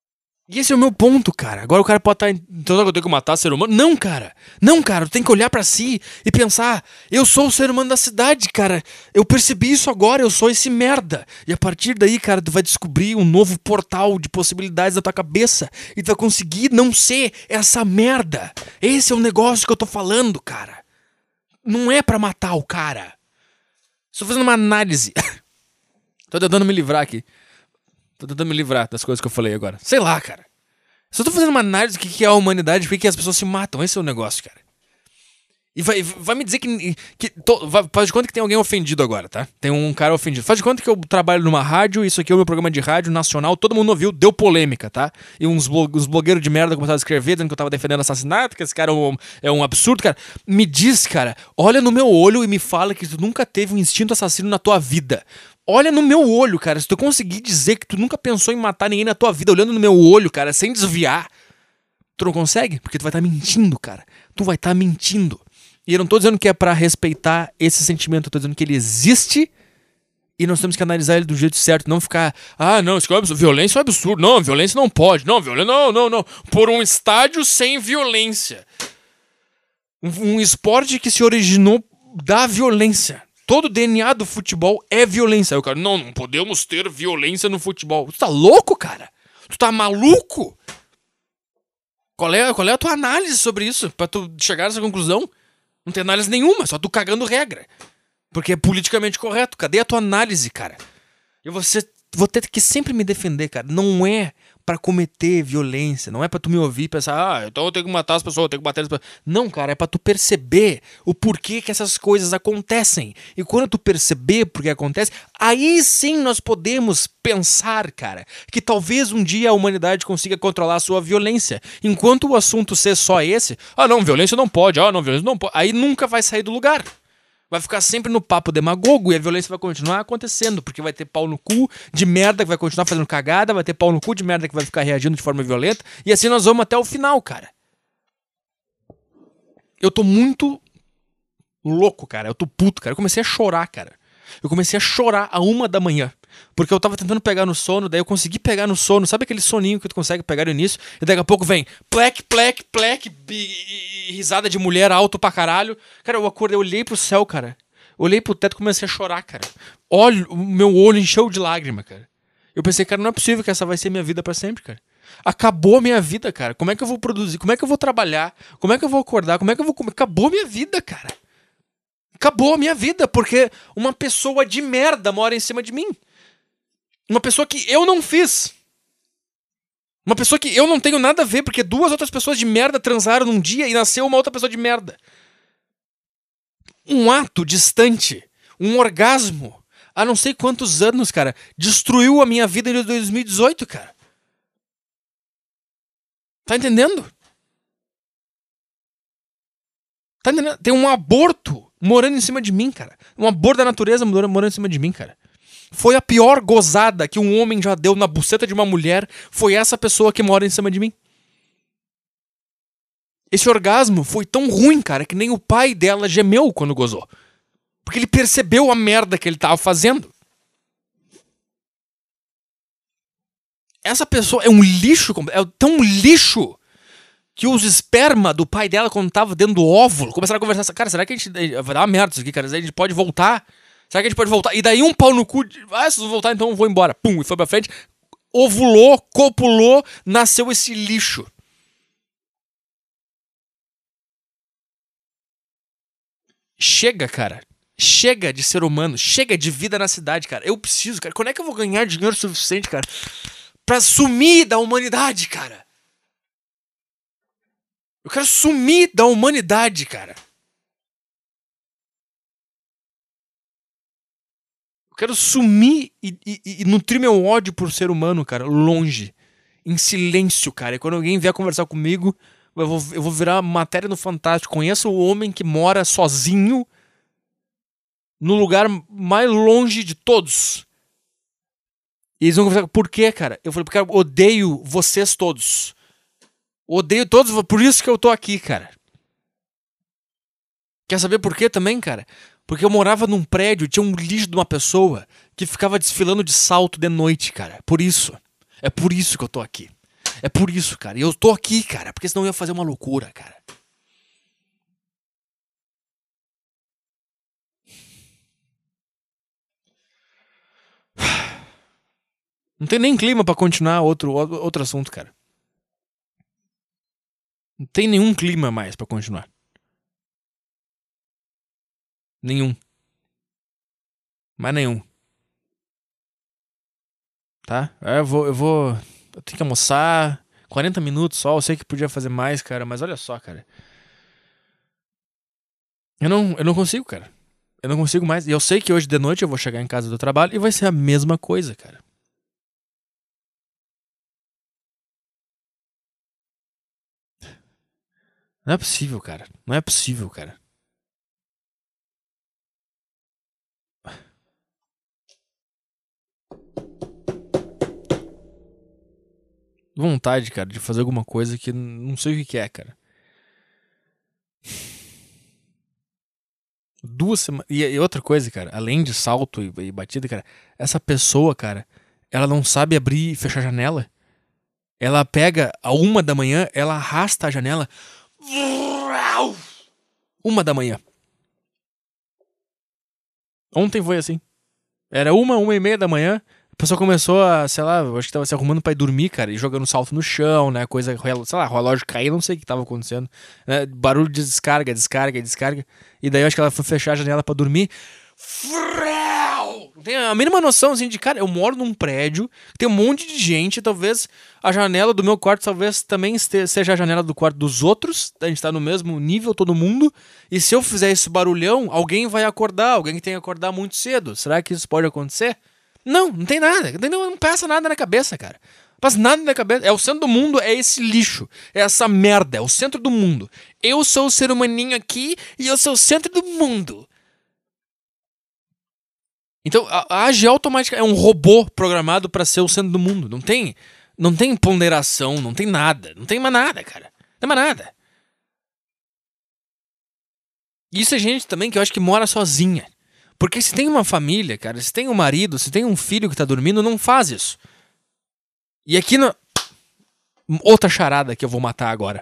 E esse é o meu ponto, cara. Agora o cara pode estar... Então eu tenho que matar ser humano? Não, cara. Não, cara. Tu tem que olhar pra si e pensar: eu sou o ser humano da cidade, cara. Eu percebi isso agora, eu sou esse merda. E a partir daí, cara, tu vai descobrir um novo portal de possibilidades da tua cabeça. E tu vai conseguir não ser essa merda. Esse é o negócio que eu tô falando, cara. Não é pra matar o cara. Estou fazendo uma análise. Tô tentando me livrar aqui. Tô tentando me livrar das coisas que eu falei agora. Sei lá, cara. Só tô fazendo uma análise do que é a humanidade, por que as pessoas se matam. Esse é o negócio, cara. E vai me dizer faz de conta que tem alguém ofendido agora, tá? Tem um cara ofendido. Faz de conta que eu trabalho numa rádio, isso aqui é o meu programa de rádio nacional, todo mundo ouviu, deu polêmica, tá? E uns blogueiros de merda começaram a escrever, dizendo que eu tava defendendo assassinato, que esse cara é um absurdo, cara. Me diz, cara, olha no meu olho e me fala que tu nunca teve um instinto assassino na tua vida. Olha no meu olho, cara. Se tu conseguir dizer que tu nunca pensou em matar ninguém na tua vida, olhando no meu olho, cara, sem desviar, tu não consegue? Porque tu vai estar mentindo, cara. Tu vai estar mentindo. E eu não tô dizendo que é pra respeitar esse sentimento, eu tô dizendo que ele existe e nós temos que analisar ele do jeito certo, não ficar, não, isso é um absurdo. Violência é um absurdo, não, violência não pode, não, violência, não. Por um estádio sem violência. Um esporte que se originou da violência. Todo o DNA do futebol é violência. Aí o cara, não podemos ter violência no futebol. Tu tá louco, cara? Tu tá maluco? Qual é a tua análise sobre isso? Pra tu chegar a essa conclusão? Não tem análise nenhuma, só tu cagando regra. Porque é politicamente correto. Cadê a tua análise, cara? Eu vou ter que sempre me defender, cara. Não é pra cometer violência. Não é pra tu me ouvir e pensar, então eu tenho que matar as pessoas, eu tenho que bater as pessoas. Não, cara, é pra tu perceber o porquê que essas coisas acontecem. E quando tu perceber por que acontece, aí sim nós podemos pensar, cara, que talvez um dia a humanidade consiga controlar a sua violência. Enquanto o assunto ser só esse, não, violência não pode, não, violência não pode. Aí nunca vai sair do lugar. Vai ficar sempre no papo demagogo e a violência vai continuar acontecendo, porque vai ter pau no cu de merda que vai continuar fazendo cagada, vai ter pau no cu de merda que vai ficar reagindo de forma violenta, e assim nós vamos até o final, cara. Eu tô muito louco, cara. Eu tô puto, cara. Eu comecei a chorar, cara. Eu comecei a chorar a 1 da manhã. Porque eu tava tentando pegar no sono, daí eu consegui pegar no sono. Sabe aquele soninho que tu consegue pegar no início? E daqui a pouco vem plec, risada de mulher alto pra caralho. Cara, eu acordei, eu olhei pro céu, cara. Olhei pro teto e comecei a chorar, cara. Olha, o meu olho encheu de lágrima, cara. Eu pensei, cara, não é possível que essa vai ser minha vida pra sempre, cara. Acabou a minha vida, cara. Como é que eu vou produzir? Como é que eu vou trabalhar? Como é que eu vou acordar? Como é que eu vou comer? Acabou a minha vida, cara. Acabou a minha vida, porque uma pessoa de merda mora em cima de mim. Uma pessoa que eu não fiz. Uma pessoa que eu não tenho nada a ver, porque 2 outras pessoas de merda transaram num dia e nasceu uma outra pessoa de merda. Um ato distante, um orgasmo, há não sei quantos anos, cara, destruiu a minha vida em 2018, cara. Tá entendendo? Tá entendendo? Tem um aborto morando em cima de mim, cara. Um aborto da natureza morando em cima de mim, cara. Foi a pior gozada que um homem já deu na buceta de uma mulher. Foi essa pessoa que mora em cima de mim. Esse orgasmo foi tão ruim, cara, que nem o pai dela gemeu quando gozou. Porque ele percebeu a merda que ele tava fazendo. Essa pessoa é um lixo, é tão lixo que os esperma do pai dela, quando tava dentro do óvulo, começaram a conversar. Cara, será que a gente... Vai dar uma merda isso aqui, cara. A gente pode voltar? Será que a gente pode voltar? E daí um pau no cu... se não voltar, então eu vou embora. Pum, e foi pra frente. Ovulou, copulou, nasceu esse lixo. Chega, cara. Chega de ser humano. Chega de vida na cidade, cara. Eu preciso, cara. Quando é que eu vou ganhar dinheiro suficiente, cara, pra sumir da humanidade, cara? Eu quero sumir da humanidade, cara. Eu quero sumir e nutrir meu ódio por ser humano, cara, longe. Em silêncio, cara. E quando alguém vier conversar comigo, eu vou virar matéria no Fantástico. Conheço o homem que mora sozinho no lugar mais longe de todos. E eles vão conversar, por quê, cara? Eu falei, porque eu odeio vocês todos. Odeio todos, por isso que eu tô aqui, cara. Quer saber por quê também, cara? Porque eu morava num prédio, tinha um lixo de uma pessoa que ficava desfilando de salto de noite, cara. Por isso. É por isso que eu tô aqui. É por isso, cara. E eu tô aqui, cara, porque senão eu ia fazer uma loucura, cara. Não tem nem clima pra continuar outro assunto, cara. Não tem nenhum clima mais pra continuar. Nenhum. Mais nenhum. Tá? Eu tenho que almoçar. 40 minutos só. Eu sei que podia fazer mais, cara. Mas olha só, cara. Eu não consigo, cara. Eu não consigo mais. E eu sei que hoje de noite eu vou chegar em casa do trabalho e vai ser a mesma coisa, cara. Não é possível, cara. Não é possível, cara. Vontade, cara, de fazer alguma coisa que não sei o que é, cara. 2 semanas. E outra coisa, cara, além de salto e batida, cara, essa pessoa, cara, ela não sabe abrir e fechar a janela. Ela pega a 1 da manhã, ela arrasta a janela. 1 da manhã. Ontem foi assim. Era 1h30 da manhã. A pessoa começou a, sei lá, acho que tava se arrumando pra ir dormir, cara, e jogando salto no chão, né? Coisa, sei lá, relógio cair, não sei o que tava acontecendo. Né? Barulho de descarga, descarga, descarga. E daí eu acho que ela foi fechar a janela pra dormir. Não tem a mínima noção, assim, de, cara, eu moro num prédio, tem um monte de gente, talvez a janela do meu quarto talvez também seja a janela do quarto dos outros, a gente tá no mesmo nível, todo mundo, e se eu fizer esse barulhão, alguém vai acordar, alguém tem que acordar muito cedo. Será que isso pode acontecer? Não, não tem nada, não passa nada na cabeça, cara. Não passa nada na cabeça. É o centro do mundo, é esse lixo. É essa merda, é o centro do mundo. Eu sou o ser humaninho aqui e eu sou o centro do mundo. Então, a AG automática é um robô programado pra ser o centro do mundo. Não tem ponderação, não tem nada. Não tem mais nada, cara. Não tem mais nada. Isso é gente também que eu acho que mora sozinha. Porque se tem uma família, cara, se tem um marido, se tem um filho que tá dormindo, não faz isso. E aqui no... Outra charada que eu vou matar agora.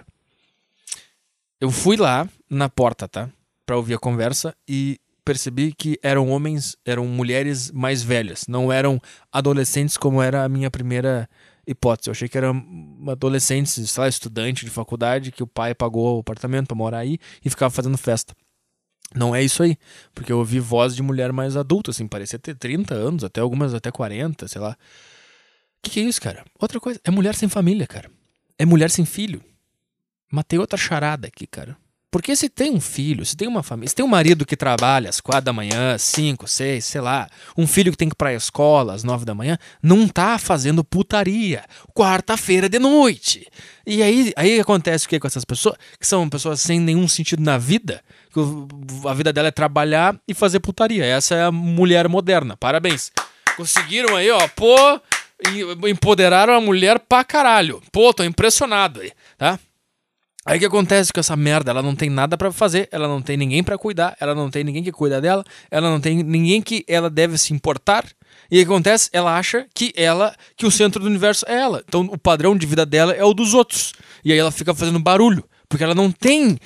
Eu fui lá na porta, tá? Pra ouvir a conversa e percebi que eram mulheres mais velhas. Não eram adolescentes como era a minha primeira hipótese. Eu achei que eram adolescentes, sei lá, estudante de faculdade, que o pai pagou o apartamento pra morar aí e ficava fazendo festa. Não é isso aí, porque eu ouvi voz de mulher mais adulta, assim, parecia ter 30 anos, até algumas até 40, sei lá. Que é isso, cara? Outra coisa, é mulher sem família, cara. É mulher sem filho. Matei outra charada aqui, cara. Porque se tem um filho, se tem uma família, se tem um marido que trabalha às 4 da manhã, 5, 6, sei lá, um filho que tem que ir pra escola às 9 da manhã, não tá fazendo putaria. Quarta-feira de noite. E aí acontece o que com essas pessoas? Que são pessoas sem nenhum sentido na vida, que a vida dela é trabalhar e fazer putaria. Essa é a mulher moderna. Parabéns. Conseguiram aí, ó, pô, empoderaram a mulher pra caralho. Pô, tô impressionado aí, tá? Aí o que acontece com essa merda? Ela não tem nada pra fazer, ela não tem ninguém pra cuidar, ela não tem ninguém que cuida dela, ela não tem ninguém que ela deve se importar. E o que acontece? Ela acha que o centro do universo é ela. Então o padrão de vida dela é o dos outros. E aí ela fica fazendo barulho, porque ela não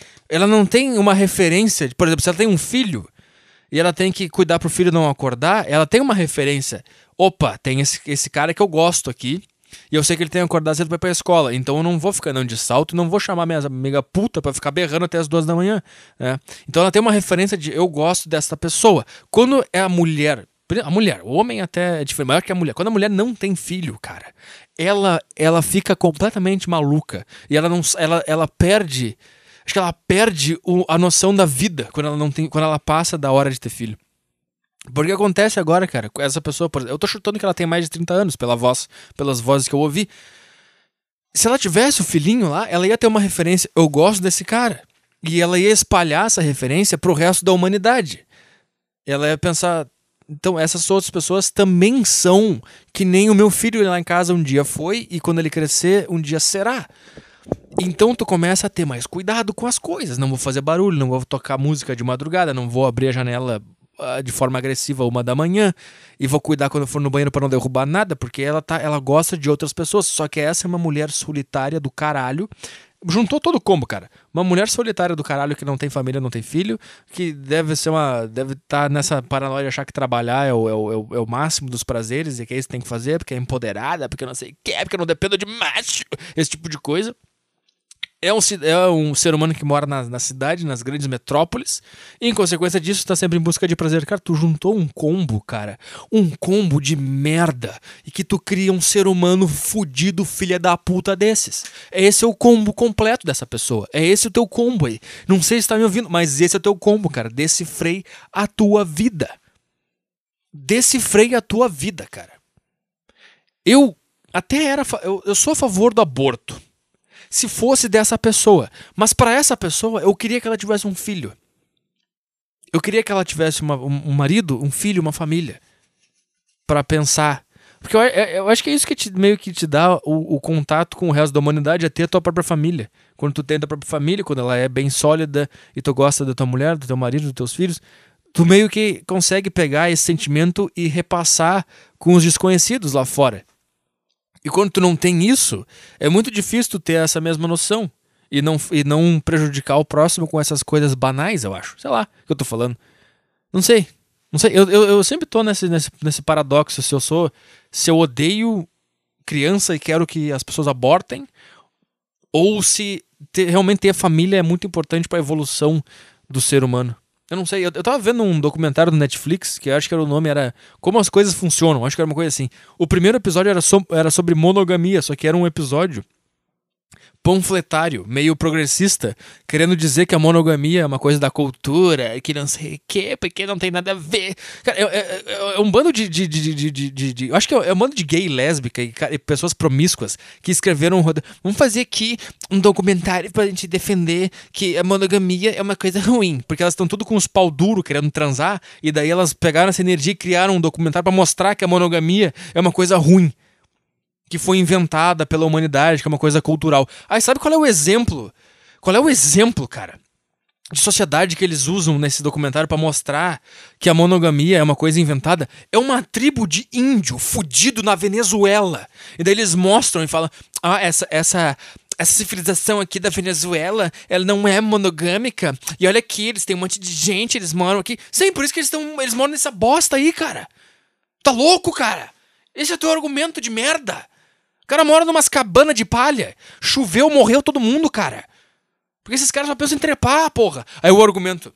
tem uma referência. Por exemplo, se ela tem um filho e ela tem que cuidar pro filho não acordar, ela tem uma referência. Opa, tem esse cara que eu gosto aqui. E eu sei que ele tem que acordar cedo pra ir pra escola. Então eu não vou ficar andando de salto, não vou chamar minha amiga puta pra ficar berrando até as 2 da manhã, né? Então ela tem uma referência de eu gosto dessa pessoa. Quando é a mulher, o homem até é diferente, maior que a mulher. Quando a mulher não tem filho, cara, ela fica completamente maluca. E ela perde. Acho que ela perde a noção da vida quando ela passa da hora de ter filho. Porque acontece agora, cara, com essa pessoa, por exemplo, eu tô chutando que ela tem mais de 30 anos pelas vozes que eu ouvi. Se ela tivesse o filhinho lá, ela ia ter uma referência, eu gosto desse cara. E ela ia espalhar essa referência pro resto da humanidade. Ela ia pensar, então essas outras pessoas também são que nem o meu filho lá em casa um dia foi e quando ele crescer um dia será. Então tu começa a ter mais cuidado com as coisas. Não vou fazer barulho, não vou tocar música de madrugada, não vou abrir a janela de forma agressiva 1 da manhã, e vou cuidar quando eu for no banheiro pra não derrubar nada, porque ela gosta de outras pessoas. Só que essa é uma mulher solitária do caralho. Juntou todo o combo, cara. Uma mulher solitária do caralho que não tem família, não tem filho, que deve estar nessa paranoia de achar que trabalhar é o máximo dos prazeres e que é isso que tem que fazer, porque é empoderada, porque não sei o que, porque eu não dependo de macho, esse tipo de coisa. É um ser humano que mora na cidade, nas grandes metrópoles, e em consequência disso tá sempre em busca de prazer. Cara, tu juntou um combo, cara. Um combo de merda. E que tu cria um ser humano fudido, filha da puta desses. Esse é o combo completo dessa pessoa. É esse o teu combo aí. Não sei se tá me ouvindo, mas esse é o teu combo, cara. Decifrei a tua vida. Decifrei a tua vida, cara. Eu até era. Eu sou a favor do aborto. Se fosse dessa pessoa. Mas pra essa pessoa, eu queria que ela tivesse um filho. Eu queria que ela tivesse um marido, um filho, uma família. Pra pensar. Porque eu acho que é isso que meio que te dá o contato com o resto da humanidade, é ter a tua própria família. Quando tu tem a tua própria família, quando ela é bem sólida e tu gosta da tua mulher, do teu marido, dos teus filhos, tu meio que consegue pegar esse sentimento e repassar com os desconhecidos lá fora. E quando tu não tem isso, é muito difícil tu ter essa mesma noção. E não prejudicar o próximo com essas coisas banais, eu acho. Sei lá o que eu tô falando. Não sei. Não sei. Eu sempre tô nesse paradoxo. Se eu odeio criança e quero que as pessoas abortem, ou se realmente ter família é muito importante pra evolução do ser humano. Eu não sei, eu tava vendo um documentário do Netflix, que eu acho que o nome era Como as Coisas Funcionam, acho que era uma coisa assim. O primeiro episódio era sobre monogamia, só que era um episódio panfletário, meio progressista, querendo dizer que a monogamia é uma coisa da cultura, que não sei o que, porque não tem nada a ver. Cara, é um bando eu acho que é um bando de gay, lésbica e pessoas promíscuas que escreveram. Vamos fazer aqui um documentário pra gente defender que a monogamia é uma coisa ruim, porque elas estão tudo com os pau duro querendo transar, e daí elas pegaram essa energia e criaram um documentário pra mostrar que a monogamia é uma coisa ruim, que foi inventada pela humanidade, que é uma coisa cultural. Aí sabe qual é o exemplo? Qual é o exemplo, cara, de sociedade que eles usam nesse documentário pra mostrar que a monogamia é uma coisa inventada? É uma tribo de índio fudido na Venezuela. E daí eles mostram e falam: essa civilização aqui da Venezuela, ela não é monogâmica. E olha aqui, eles têm um monte de gente, eles moram aqui. Sim, por isso que eles moram nessa bosta aí, cara. Tá louco, cara? Esse é o teu argumento de merda. O cara mora numas cabanas de palha. Choveu, morreu todo mundo, cara. Porque esses caras só pensam em trepar, porra. Aí o argumento.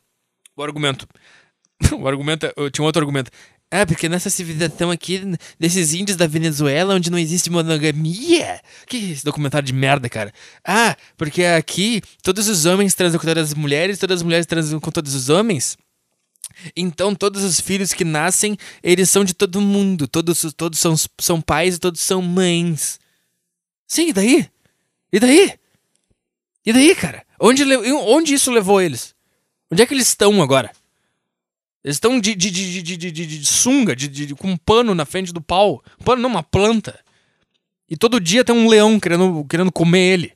Eu tinha um outro argumento. Porque nessa civilização aqui, desses índios da Venezuela, onde não existe monogamia. Que esse documentário de merda, cara. Porque aqui, todos os homens transam com todas as mulheres transam com todos os homens. Então todos os filhos que nascem, eles são de todo mundo. Todos são pais e todos são mães. Sim, e daí? E daí, cara? Onde isso levou eles? Onde é que eles estão agora? Eles estão de sunga, com um pano na frente do pau. Um pano não, uma planta. E todo dia tem um leão querendo comer ele.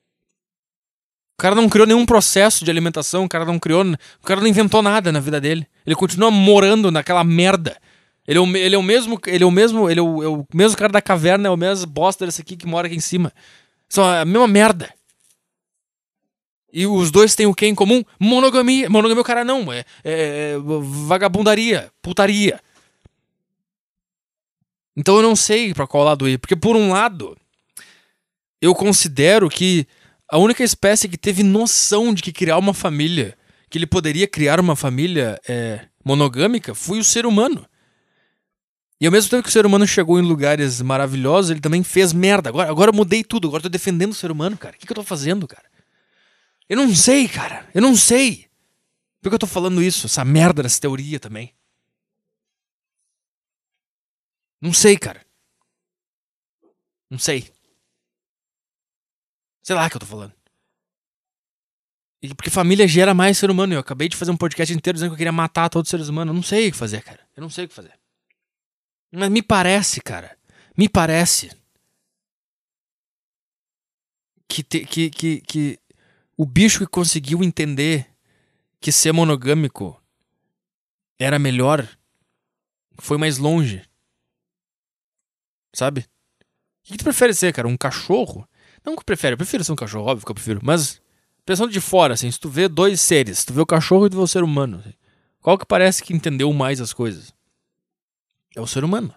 O cara não criou nenhum processo de alimentação, o cara não inventou nada na vida dele. Ele continua morando naquela merda. Ele é o mesmo cara da caverna, é o mesmo bosta desse aqui que mora aqui em cima. São a mesma merda. E os dois têm o que em comum? Monogamia. Monogamia o cara não, é vagabundaria, putaria. Então eu não sei pra qual lado ir, porque por um lado, eu considero que a única espécie que teve noção de que criar uma família, que ele poderia criar uma família monogâmica, foi o ser humano. E ao mesmo tempo que o ser humano chegou em lugares maravilhosos, ele também fez merda. Agora eu mudei tudo, agora eu tô defendendo o ser humano, cara. O que eu tô fazendo, cara? Eu não sei, cara. Eu não sei. Por que eu tô falando isso? Essa merda dessa teoria também. Não sei, cara. Não sei. Sei lá o que eu tô falando. Porque família gera mais ser humano. Eu acabei de fazer um podcast inteiro dizendo que eu queria matar todos os seres humanos. Eu não sei o que fazer, cara. Eu não sei o que fazer. Mas me parece, cara. Me parece que o bicho que conseguiu entender que ser monogâmico era melhor, foi mais longe, sabe? O que tu prefere ser, cara? Um cachorro? Não que prefere, eu prefiro ser um cachorro, óbvio que eu prefiro. Mas, pensando de fora, assim, se tu vê dois seres, tu vê o cachorro e tu vê o ser humano, assim, qual que parece que entendeu mais as coisas? É o ser humano.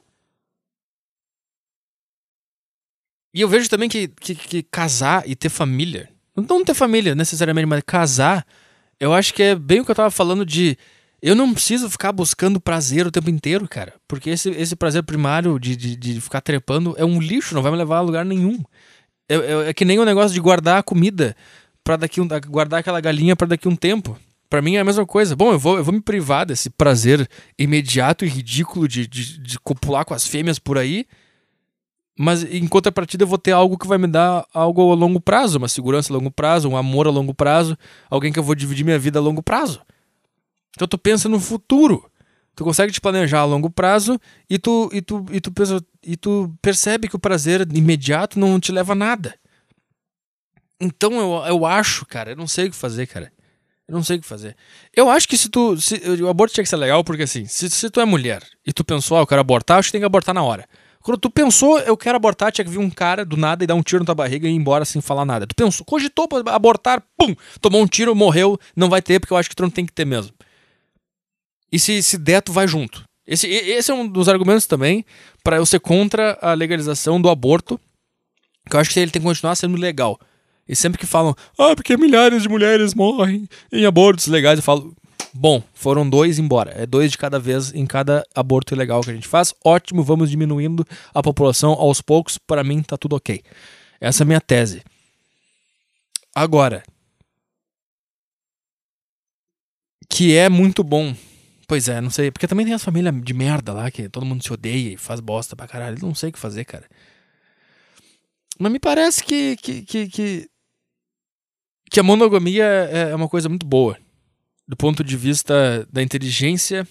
E eu vejo também que casar e ter família, não ter família necessariamente, mas casar, eu acho que é bem o que eu tava falando de. Eu não preciso ficar buscando prazer o tempo inteiro, cara. Porque esse prazer primário de ficar trepando é um lixo, não vai me levar a lugar nenhum. É que nem o negócio de guardar a comida para guardar aquela galinha pra daqui a um tempo. Pra mim é a mesma coisa. Bom, eu vou me privar desse prazer imediato e ridículo de copular com as fêmeas por aí. Mas em contrapartida eu vou ter algo que vai me dar algo a longo prazo, uma segurança a longo prazo, um amor a longo prazo, alguém que eu vou dividir minha vida a longo prazo. Então tu pensa no futuro. Tu consegue te planejar a longo prazo e tu percebe que o prazer imediato não te leva a nada. Então eu acho, cara, eu não sei o que fazer, cara. Eu não sei o que fazer. Eu acho que o aborto tinha que ser legal porque assim, se tu é mulher e tu pensou, eu quero abortar, acho que tem que abortar na hora. Quando tu pensou, eu quero abortar, tinha que vir um cara do nada e dar um tiro na tua barriga e ir embora sem falar nada. Tu pensou, cogitou pra abortar, pum, tomou um tiro, morreu, não vai ter porque eu acho que tu não tem que ter mesmo. E se der, tu vai junto. Esse é um dos argumentos também pra eu ser contra a legalização do aborto, que eu acho que ele tem que continuar sendo legal. E sempre que falam, porque milhares de mulheres morrem em abortos legais, eu falo, bom, foram 2 embora. É 2 de cada vez em cada aborto ilegal que a gente faz. Ótimo, vamos diminuindo a população aos poucos. Para mim, tá tudo ok. Essa é a minha tese. Agora, que é muito bom. Pois é, não sei. Porque também tem as famílias de merda lá, que todo mundo se odeia e faz bosta pra caralho. Não sei o que fazer, cara. Mas me parece que a monogamia é uma coisa muito boa. Do ponto de vista da inteligência,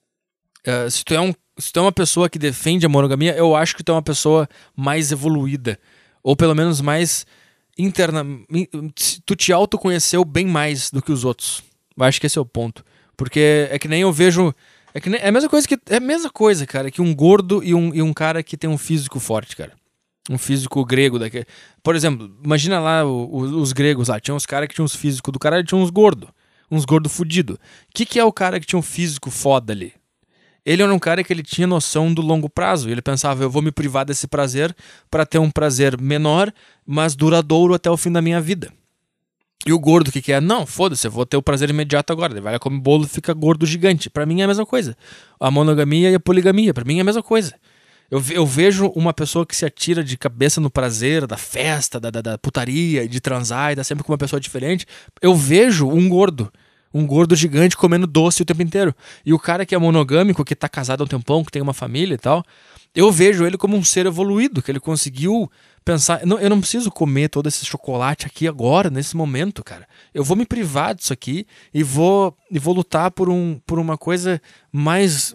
se tu é uma pessoa que defende a monogamia, eu acho que tu é uma pessoa mais evoluída. Ou pelo menos mais interna. Tu te autoconheceu bem mais do que os outros. Eu acho que esse é o ponto. Porque é que nem eu vejo. É a mesma coisa é a mesma coisa, cara, que um gordo e um cara que tem um físico forte, cara. Um físico grego daqui. Por exemplo, imagina lá os gregos lá. Tinha uns caras que tinham uns físicos do caralho, tinha uns gordos. Uns gordos fudidos. O que é o cara que tinha um físico foda ali? Ele era um cara que ele tinha noção do longo prazo. Ele pensava, eu vou me privar desse prazer para ter um prazer menor, mas duradouro até o fim da minha vida. E o gordo, o que é? Não, foda-se, eu vou ter o prazer imediato agora. Ele vai lá, come bolo e fica gordo gigante. Pra mim é a mesma coisa. A monogamia e a poligamia, pra mim é a mesma coisa. Eu vejo uma pessoa que se atira de cabeça no prazer, da festa, da putaria, de transar e tá sempre com uma pessoa diferente. Eu vejo um gordo gigante comendo doce o tempo inteiro. E o cara que é monogâmico, que tá casado há um tempão, que tem uma família e tal, eu vejo ele como um ser evoluído, que ele conseguiu pensar, eu não preciso comer todo esse chocolate aqui agora, nesse momento, cara. Eu vou me privar disso aqui e vou lutar por uma coisa mais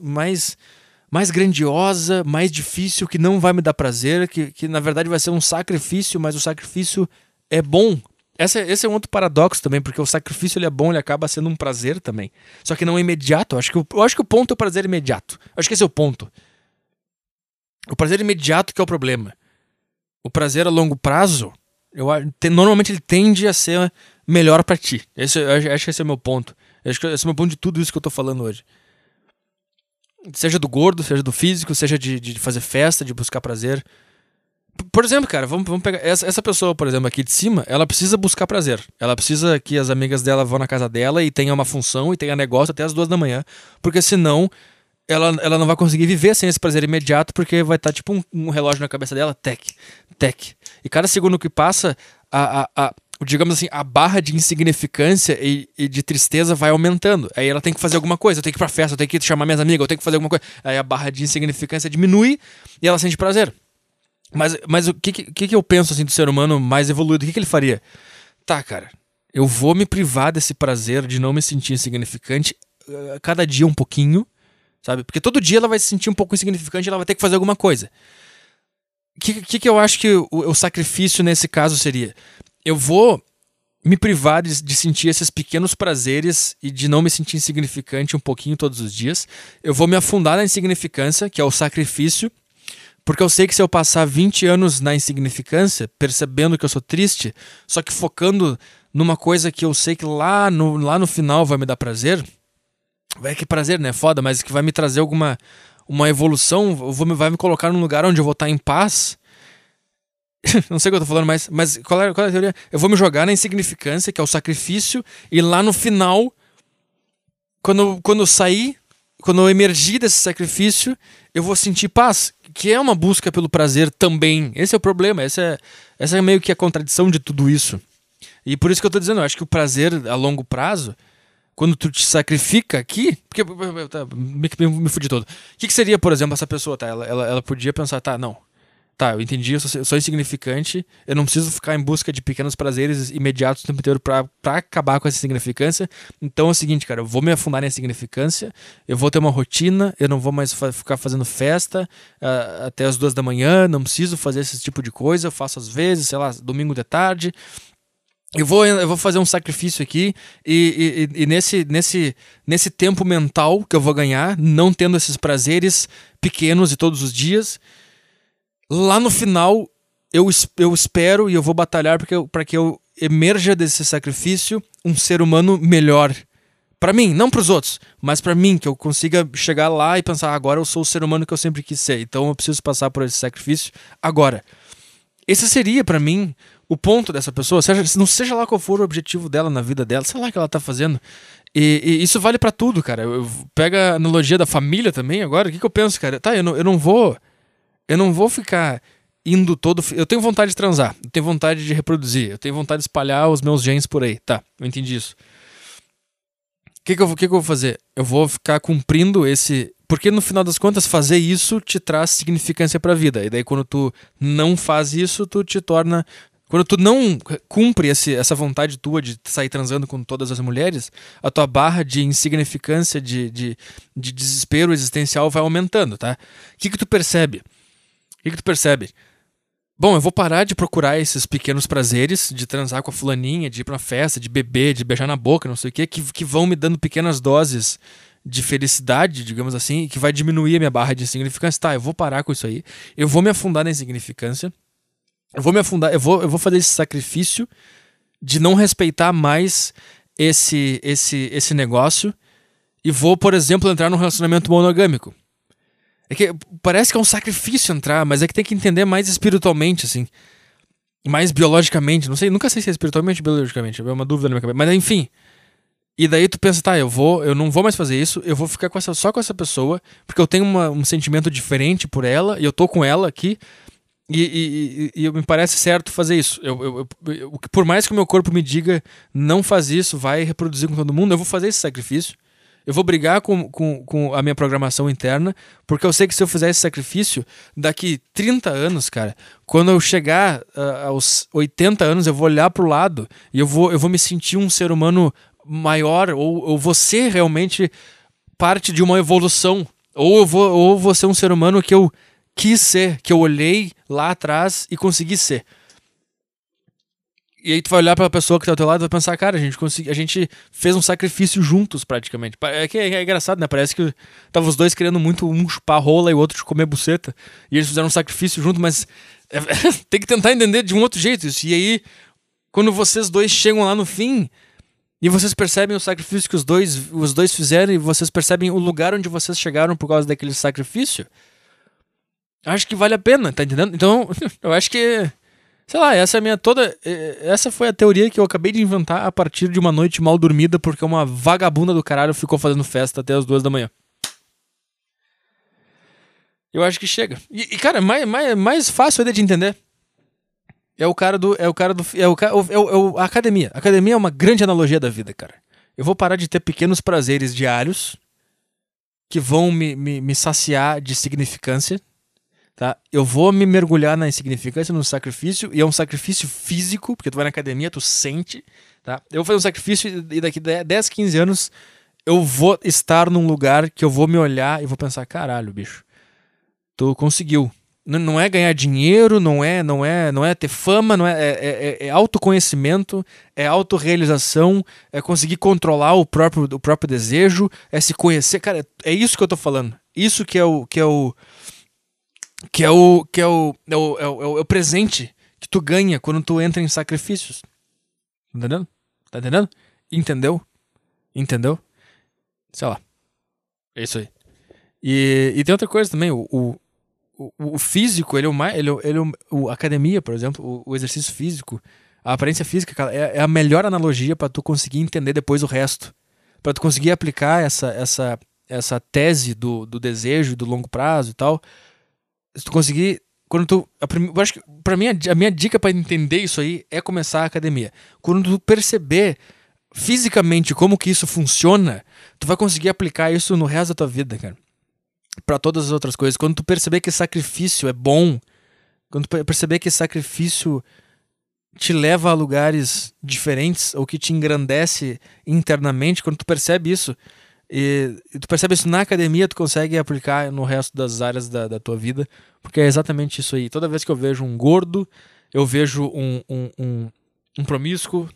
grandiosa, mais difícil, que não vai me dar prazer, que na verdade vai ser um sacrifício, mas o sacrifício é bom. Esse é um outro paradoxo também, porque o sacrifício ele é bom, ele acaba sendo um prazer também. Só que não é imediato. Eu acho que o ponto é o prazer imediato. Eu acho que esse é o ponto. O prazer imediato que é o problema. O prazer a longo prazo, normalmente ele tende a ser melhor pra ti. Eu acho que esse é o meu ponto. Eu acho que esse é o meu ponto de tudo isso que eu tô falando hoje. Seja do gordo, seja do físico, seja de fazer festa, de buscar prazer. Por exemplo, cara, vamos pegar essa pessoa, por exemplo, aqui de cima, ela precisa buscar prazer. Ela precisa que as amigas dela vão na casa dela e tenha uma função e tenha negócio até as 2 da manhã, porque senão ela não vai conseguir viver sem esse prazer imediato, porque vai estar tipo um relógio na cabeça dela, tec. E cada segundo que passa, digamos assim, a barra de insignificância e de tristeza vai aumentando. Aí ela tem que fazer alguma coisa, eu tenho que ir pra festa, eu tenho que chamar minhas amigas, eu tenho que fazer alguma coisa. Aí a barra de insignificância diminui e ela sente prazer. Mas o que eu penso assim do ser humano mais evoluído? O que ele faria? Tá, cara, eu vou me privar desse prazer de não me sentir insignificante cada dia um pouquinho, sabe? Porque todo dia ela vai se sentir um pouco insignificante e ela vai ter que fazer alguma coisa. O que eu acho que o sacrifício nesse caso seria? Eu vou me privar de sentir esses pequenos prazeres e de não me sentir insignificante um pouquinho todos os dias. Eu vou me afundar na insignificância, que é o sacrifício, porque eu sei que se eu passar 20 anos na insignificância, percebendo que eu sou triste, só que focando numa coisa que eu sei que lá no final vai me dar prazer, que prazer, né? Foda, mas que vai me trazer uma evolução, vai me colocar num lugar onde eu vou estar em paz. Não sei o que eu tô falando, mas qual é a teoria? Eu vou me jogar na insignificância, que é o sacrifício, e lá no final, quando eu sair, quando eu emergir desse sacrifício, eu vou sentir paz, que é uma busca pelo prazer também. Esse é o problema, essa é meio que a contradição de tudo isso. E por isso que eu tô dizendo, eu acho que o prazer a longo prazo, quando tu te sacrifica aqui, porque me fudi todo. O que seria, por exemplo, essa pessoa, tá? Ela podia pensar, tá, não. Tá, eu entendi, eu sou insignificante, eu não preciso ficar em busca de pequenos prazeres imediatos o tempo inteiro pra acabar com essa insignificância. Então é o seguinte, cara, eu vou me afundar na insignificância, eu vou ter uma rotina, eu não vou mais ficar fazendo festa até as 2 da manhã, não preciso fazer esse tipo de coisa, eu faço às vezes, sei lá, domingo de tarde. Eu vou fazer um sacrifício aqui e nesse tempo mental que eu vou ganhar, não tendo esses prazeres pequenos de todos os dias, lá no final, eu espero e eu vou batalhar para que eu emerja desse sacrifício um ser humano melhor. Para mim, não para os outros, mas para mim, que eu consiga chegar lá e pensar, agora eu sou o ser humano que eu sempre quis ser, então eu preciso passar por esse sacrifício agora. Esse seria, para mim, o ponto dessa pessoa, não seja lá qual for o objetivo dela na vida dela, sei lá o que ela tá fazendo. E isso vale para tudo, cara. Pega a analogia da família também agora, o que eu penso, cara? Tá, eu não vou ficar indo todo... Eu tenho vontade de transar, eu tenho vontade de reproduzir, eu tenho vontade de espalhar os meus genes por aí. Tá, eu entendi isso. O que eu vou fazer? Eu vou ficar cumprindo esse... Porque no final das contas, fazer isso te traz significância pra vida. E daí quando tu não faz isso, tu te torna... Quando tu não cumpre essa vontade tua de sair transando com todas as mulheres, a tua barra de insignificância, de desespero existencial vai aumentando, tá? O que tu percebe? Bom, eu vou parar de procurar esses pequenos prazeres, de transar com a fulaninha, de ir pra uma festa, de beber, de beijar na boca, não sei o quê, que vão me dando pequenas doses de felicidade, digamos assim, e que vai diminuir a minha barra de insignificância. Tá, eu vou parar com isso aí, eu vou me afundar na insignificância, eu vou fazer esse sacrifício de não respeitar mais esse negócio e vou, por exemplo, entrar num relacionamento monogâmico. É que parece que é um sacrifício entrar, mas é que tem que entender mais espiritualmente, assim. Mais biologicamente, não sei, nunca sei se é espiritualmente ou biologicamente, é uma dúvida na minha cabeça. Mas enfim. E daí tu pensa, tá, eu não vou mais fazer isso, eu vou ficar só com essa pessoa, porque eu tenho um sentimento diferente por ela, e eu tô com ela aqui, e me parece certo fazer isso. Por mais que o meu corpo me diga, não faz isso, vai reproduzir com todo mundo, eu vou fazer esse sacrifício. Eu vou brigar com a minha programação interna, porque eu sei que se eu fizer esse sacrifício, daqui 30 anos, cara, quando eu chegar aos 80 anos, eu vou olhar pro lado e eu vou me sentir um ser humano maior, ou vou ser realmente parte de uma evolução, ou vou ser um ser humano que eu quis ser, que eu olhei lá atrás e consegui ser. E aí tu vai olhar pra pessoa que tá ao teu lado e vai pensar, cara, a gente fez um sacrifício juntos, praticamente. É engraçado, né? Parece que tava os dois querendo muito um chupar rola e o outro comer buceta. E eles fizeram um sacrifício junto, mas tem que tentar entender de um outro jeito isso. E aí, quando vocês dois chegam lá no fim e vocês percebem o sacrifício que os dois fizeram e vocês percebem o lugar onde vocês chegaram por causa daquele sacrifício, acho que vale a pena, tá entendendo? Então, eu acho que... Sei lá, essa foi a teoria que eu acabei de inventar a partir de uma noite mal dormida porque uma vagabunda do caralho ficou fazendo festa até as 2 da manhã. Eu acho que chega. E cara, mais fácil ainda de entender. A academia. A academia é uma grande analogia da vida, cara. Eu vou parar de ter pequenos prazeres diários que vão me saciar de significância. Tá? Eu vou me mergulhar na insignificância, no sacrifício, e é um sacrifício físico, porque tu vai na academia, tu sente, tá? Eu vou fazer um sacrifício e daqui 10, 15 anos eu vou estar num lugar que eu vou me olhar e vou pensar, caralho, bicho, tu conseguiu. Não é ganhar dinheiro, não é ter fama, é autoconhecimento, é autorrealização, é conseguir controlar o próprio desejo, é se conhecer. Cara, é isso que eu tô falando. Isso que é o presente que tu ganha quando tu entra em sacrifícios. Entendendo? Tá entendendo? Entendeu? Sei lá. É isso aí. E tem outra coisa também, o físico, ele é o mais. A academia, por exemplo, o exercício físico, a aparência física, cara, é a melhor analogia pra tu conseguir entender depois o resto. Pra tu conseguir aplicar essa tese do desejo, do longo prazo e tal. Se tu conseguir. Eu acho que pra mim a minha dica pra entender isso aí é começar a academia. Quando tu perceber fisicamente como que isso funciona, tu vai conseguir aplicar isso no resto da tua vida, cara. Pra todas as outras coisas. Quando tu perceber que sacrifício é bom, quando tu perceber que sacrifício te leva a lugares diferentes ou que te engrandece internamente, quando tu percebe isso, e tu percebe isso na academia, tu consegue aplicar no resto das áreas da tua vida, porque é exatamente isso aí. Toda vez que eu vejo um gordo, eu vejo um promíscuo,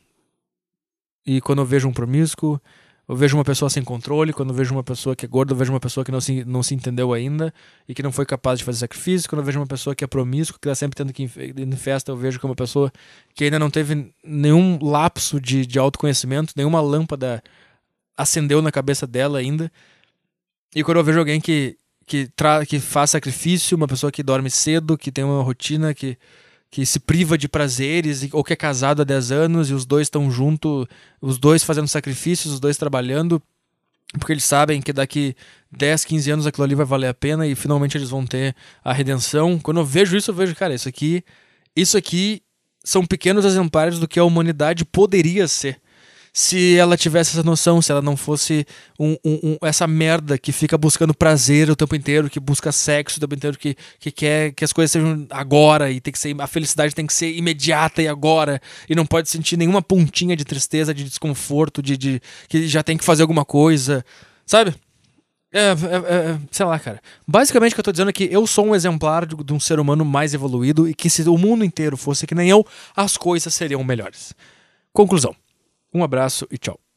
e quando eu vejo um promíscuo, eu vejo uma pessoa sem controle. Quando eu vejo uma pessoa que é gorda, eu vejo uma pessoa que não se entendeu ainda e que não foi capaz de fazer sacrifício. Quando eu vejo uma pessoa que é promíscua, que está sempre tendo que ir em festa, eu vejo que é uma pessoa que ainda não teve nenhum lapso de autoconhecimento, nenhuma lâmpada acendeu na cabeça dela ainda. E quando eu vejo alguém que faz sacrifício, uma pessoa que dorme cedo, que tem uma rotina, que se priva de prazeres, ou que é casado há 10 anos e os dois estão juntos, os dois fazendo sacrifícios, os dois trabalhando, porque eles sabem que daqui 10, 15 anos aquilo ali vai valer a pena e finalmente eles vão ter a redenção. Quando eu vejo isso, eu vejo, cara, isso aqui são pequenos exemplares do que a humanidade poderia ser. Se ela tivesse essa noção, se ela não fosse essa merda que fica buscando prazer o tempo inteiro, que busca sexo o tempo inteiro, que quer que as coisas sejam agora, e tem que ser, a felicidade tem que ser imediata e agora, e não pode sentir nenhuma pontinha de tristeza, de desconforto, de que já tem que fazer alguma coisa, sabe? Sei lá, cara. Basicamente o que eu tô dizendo é que eu sou um exemplar de um ser humano mais evoluído e que se o mundo inteiro fosse que nem eu, as coisas seriam melhores. Conclusão. Um abraço e tchau.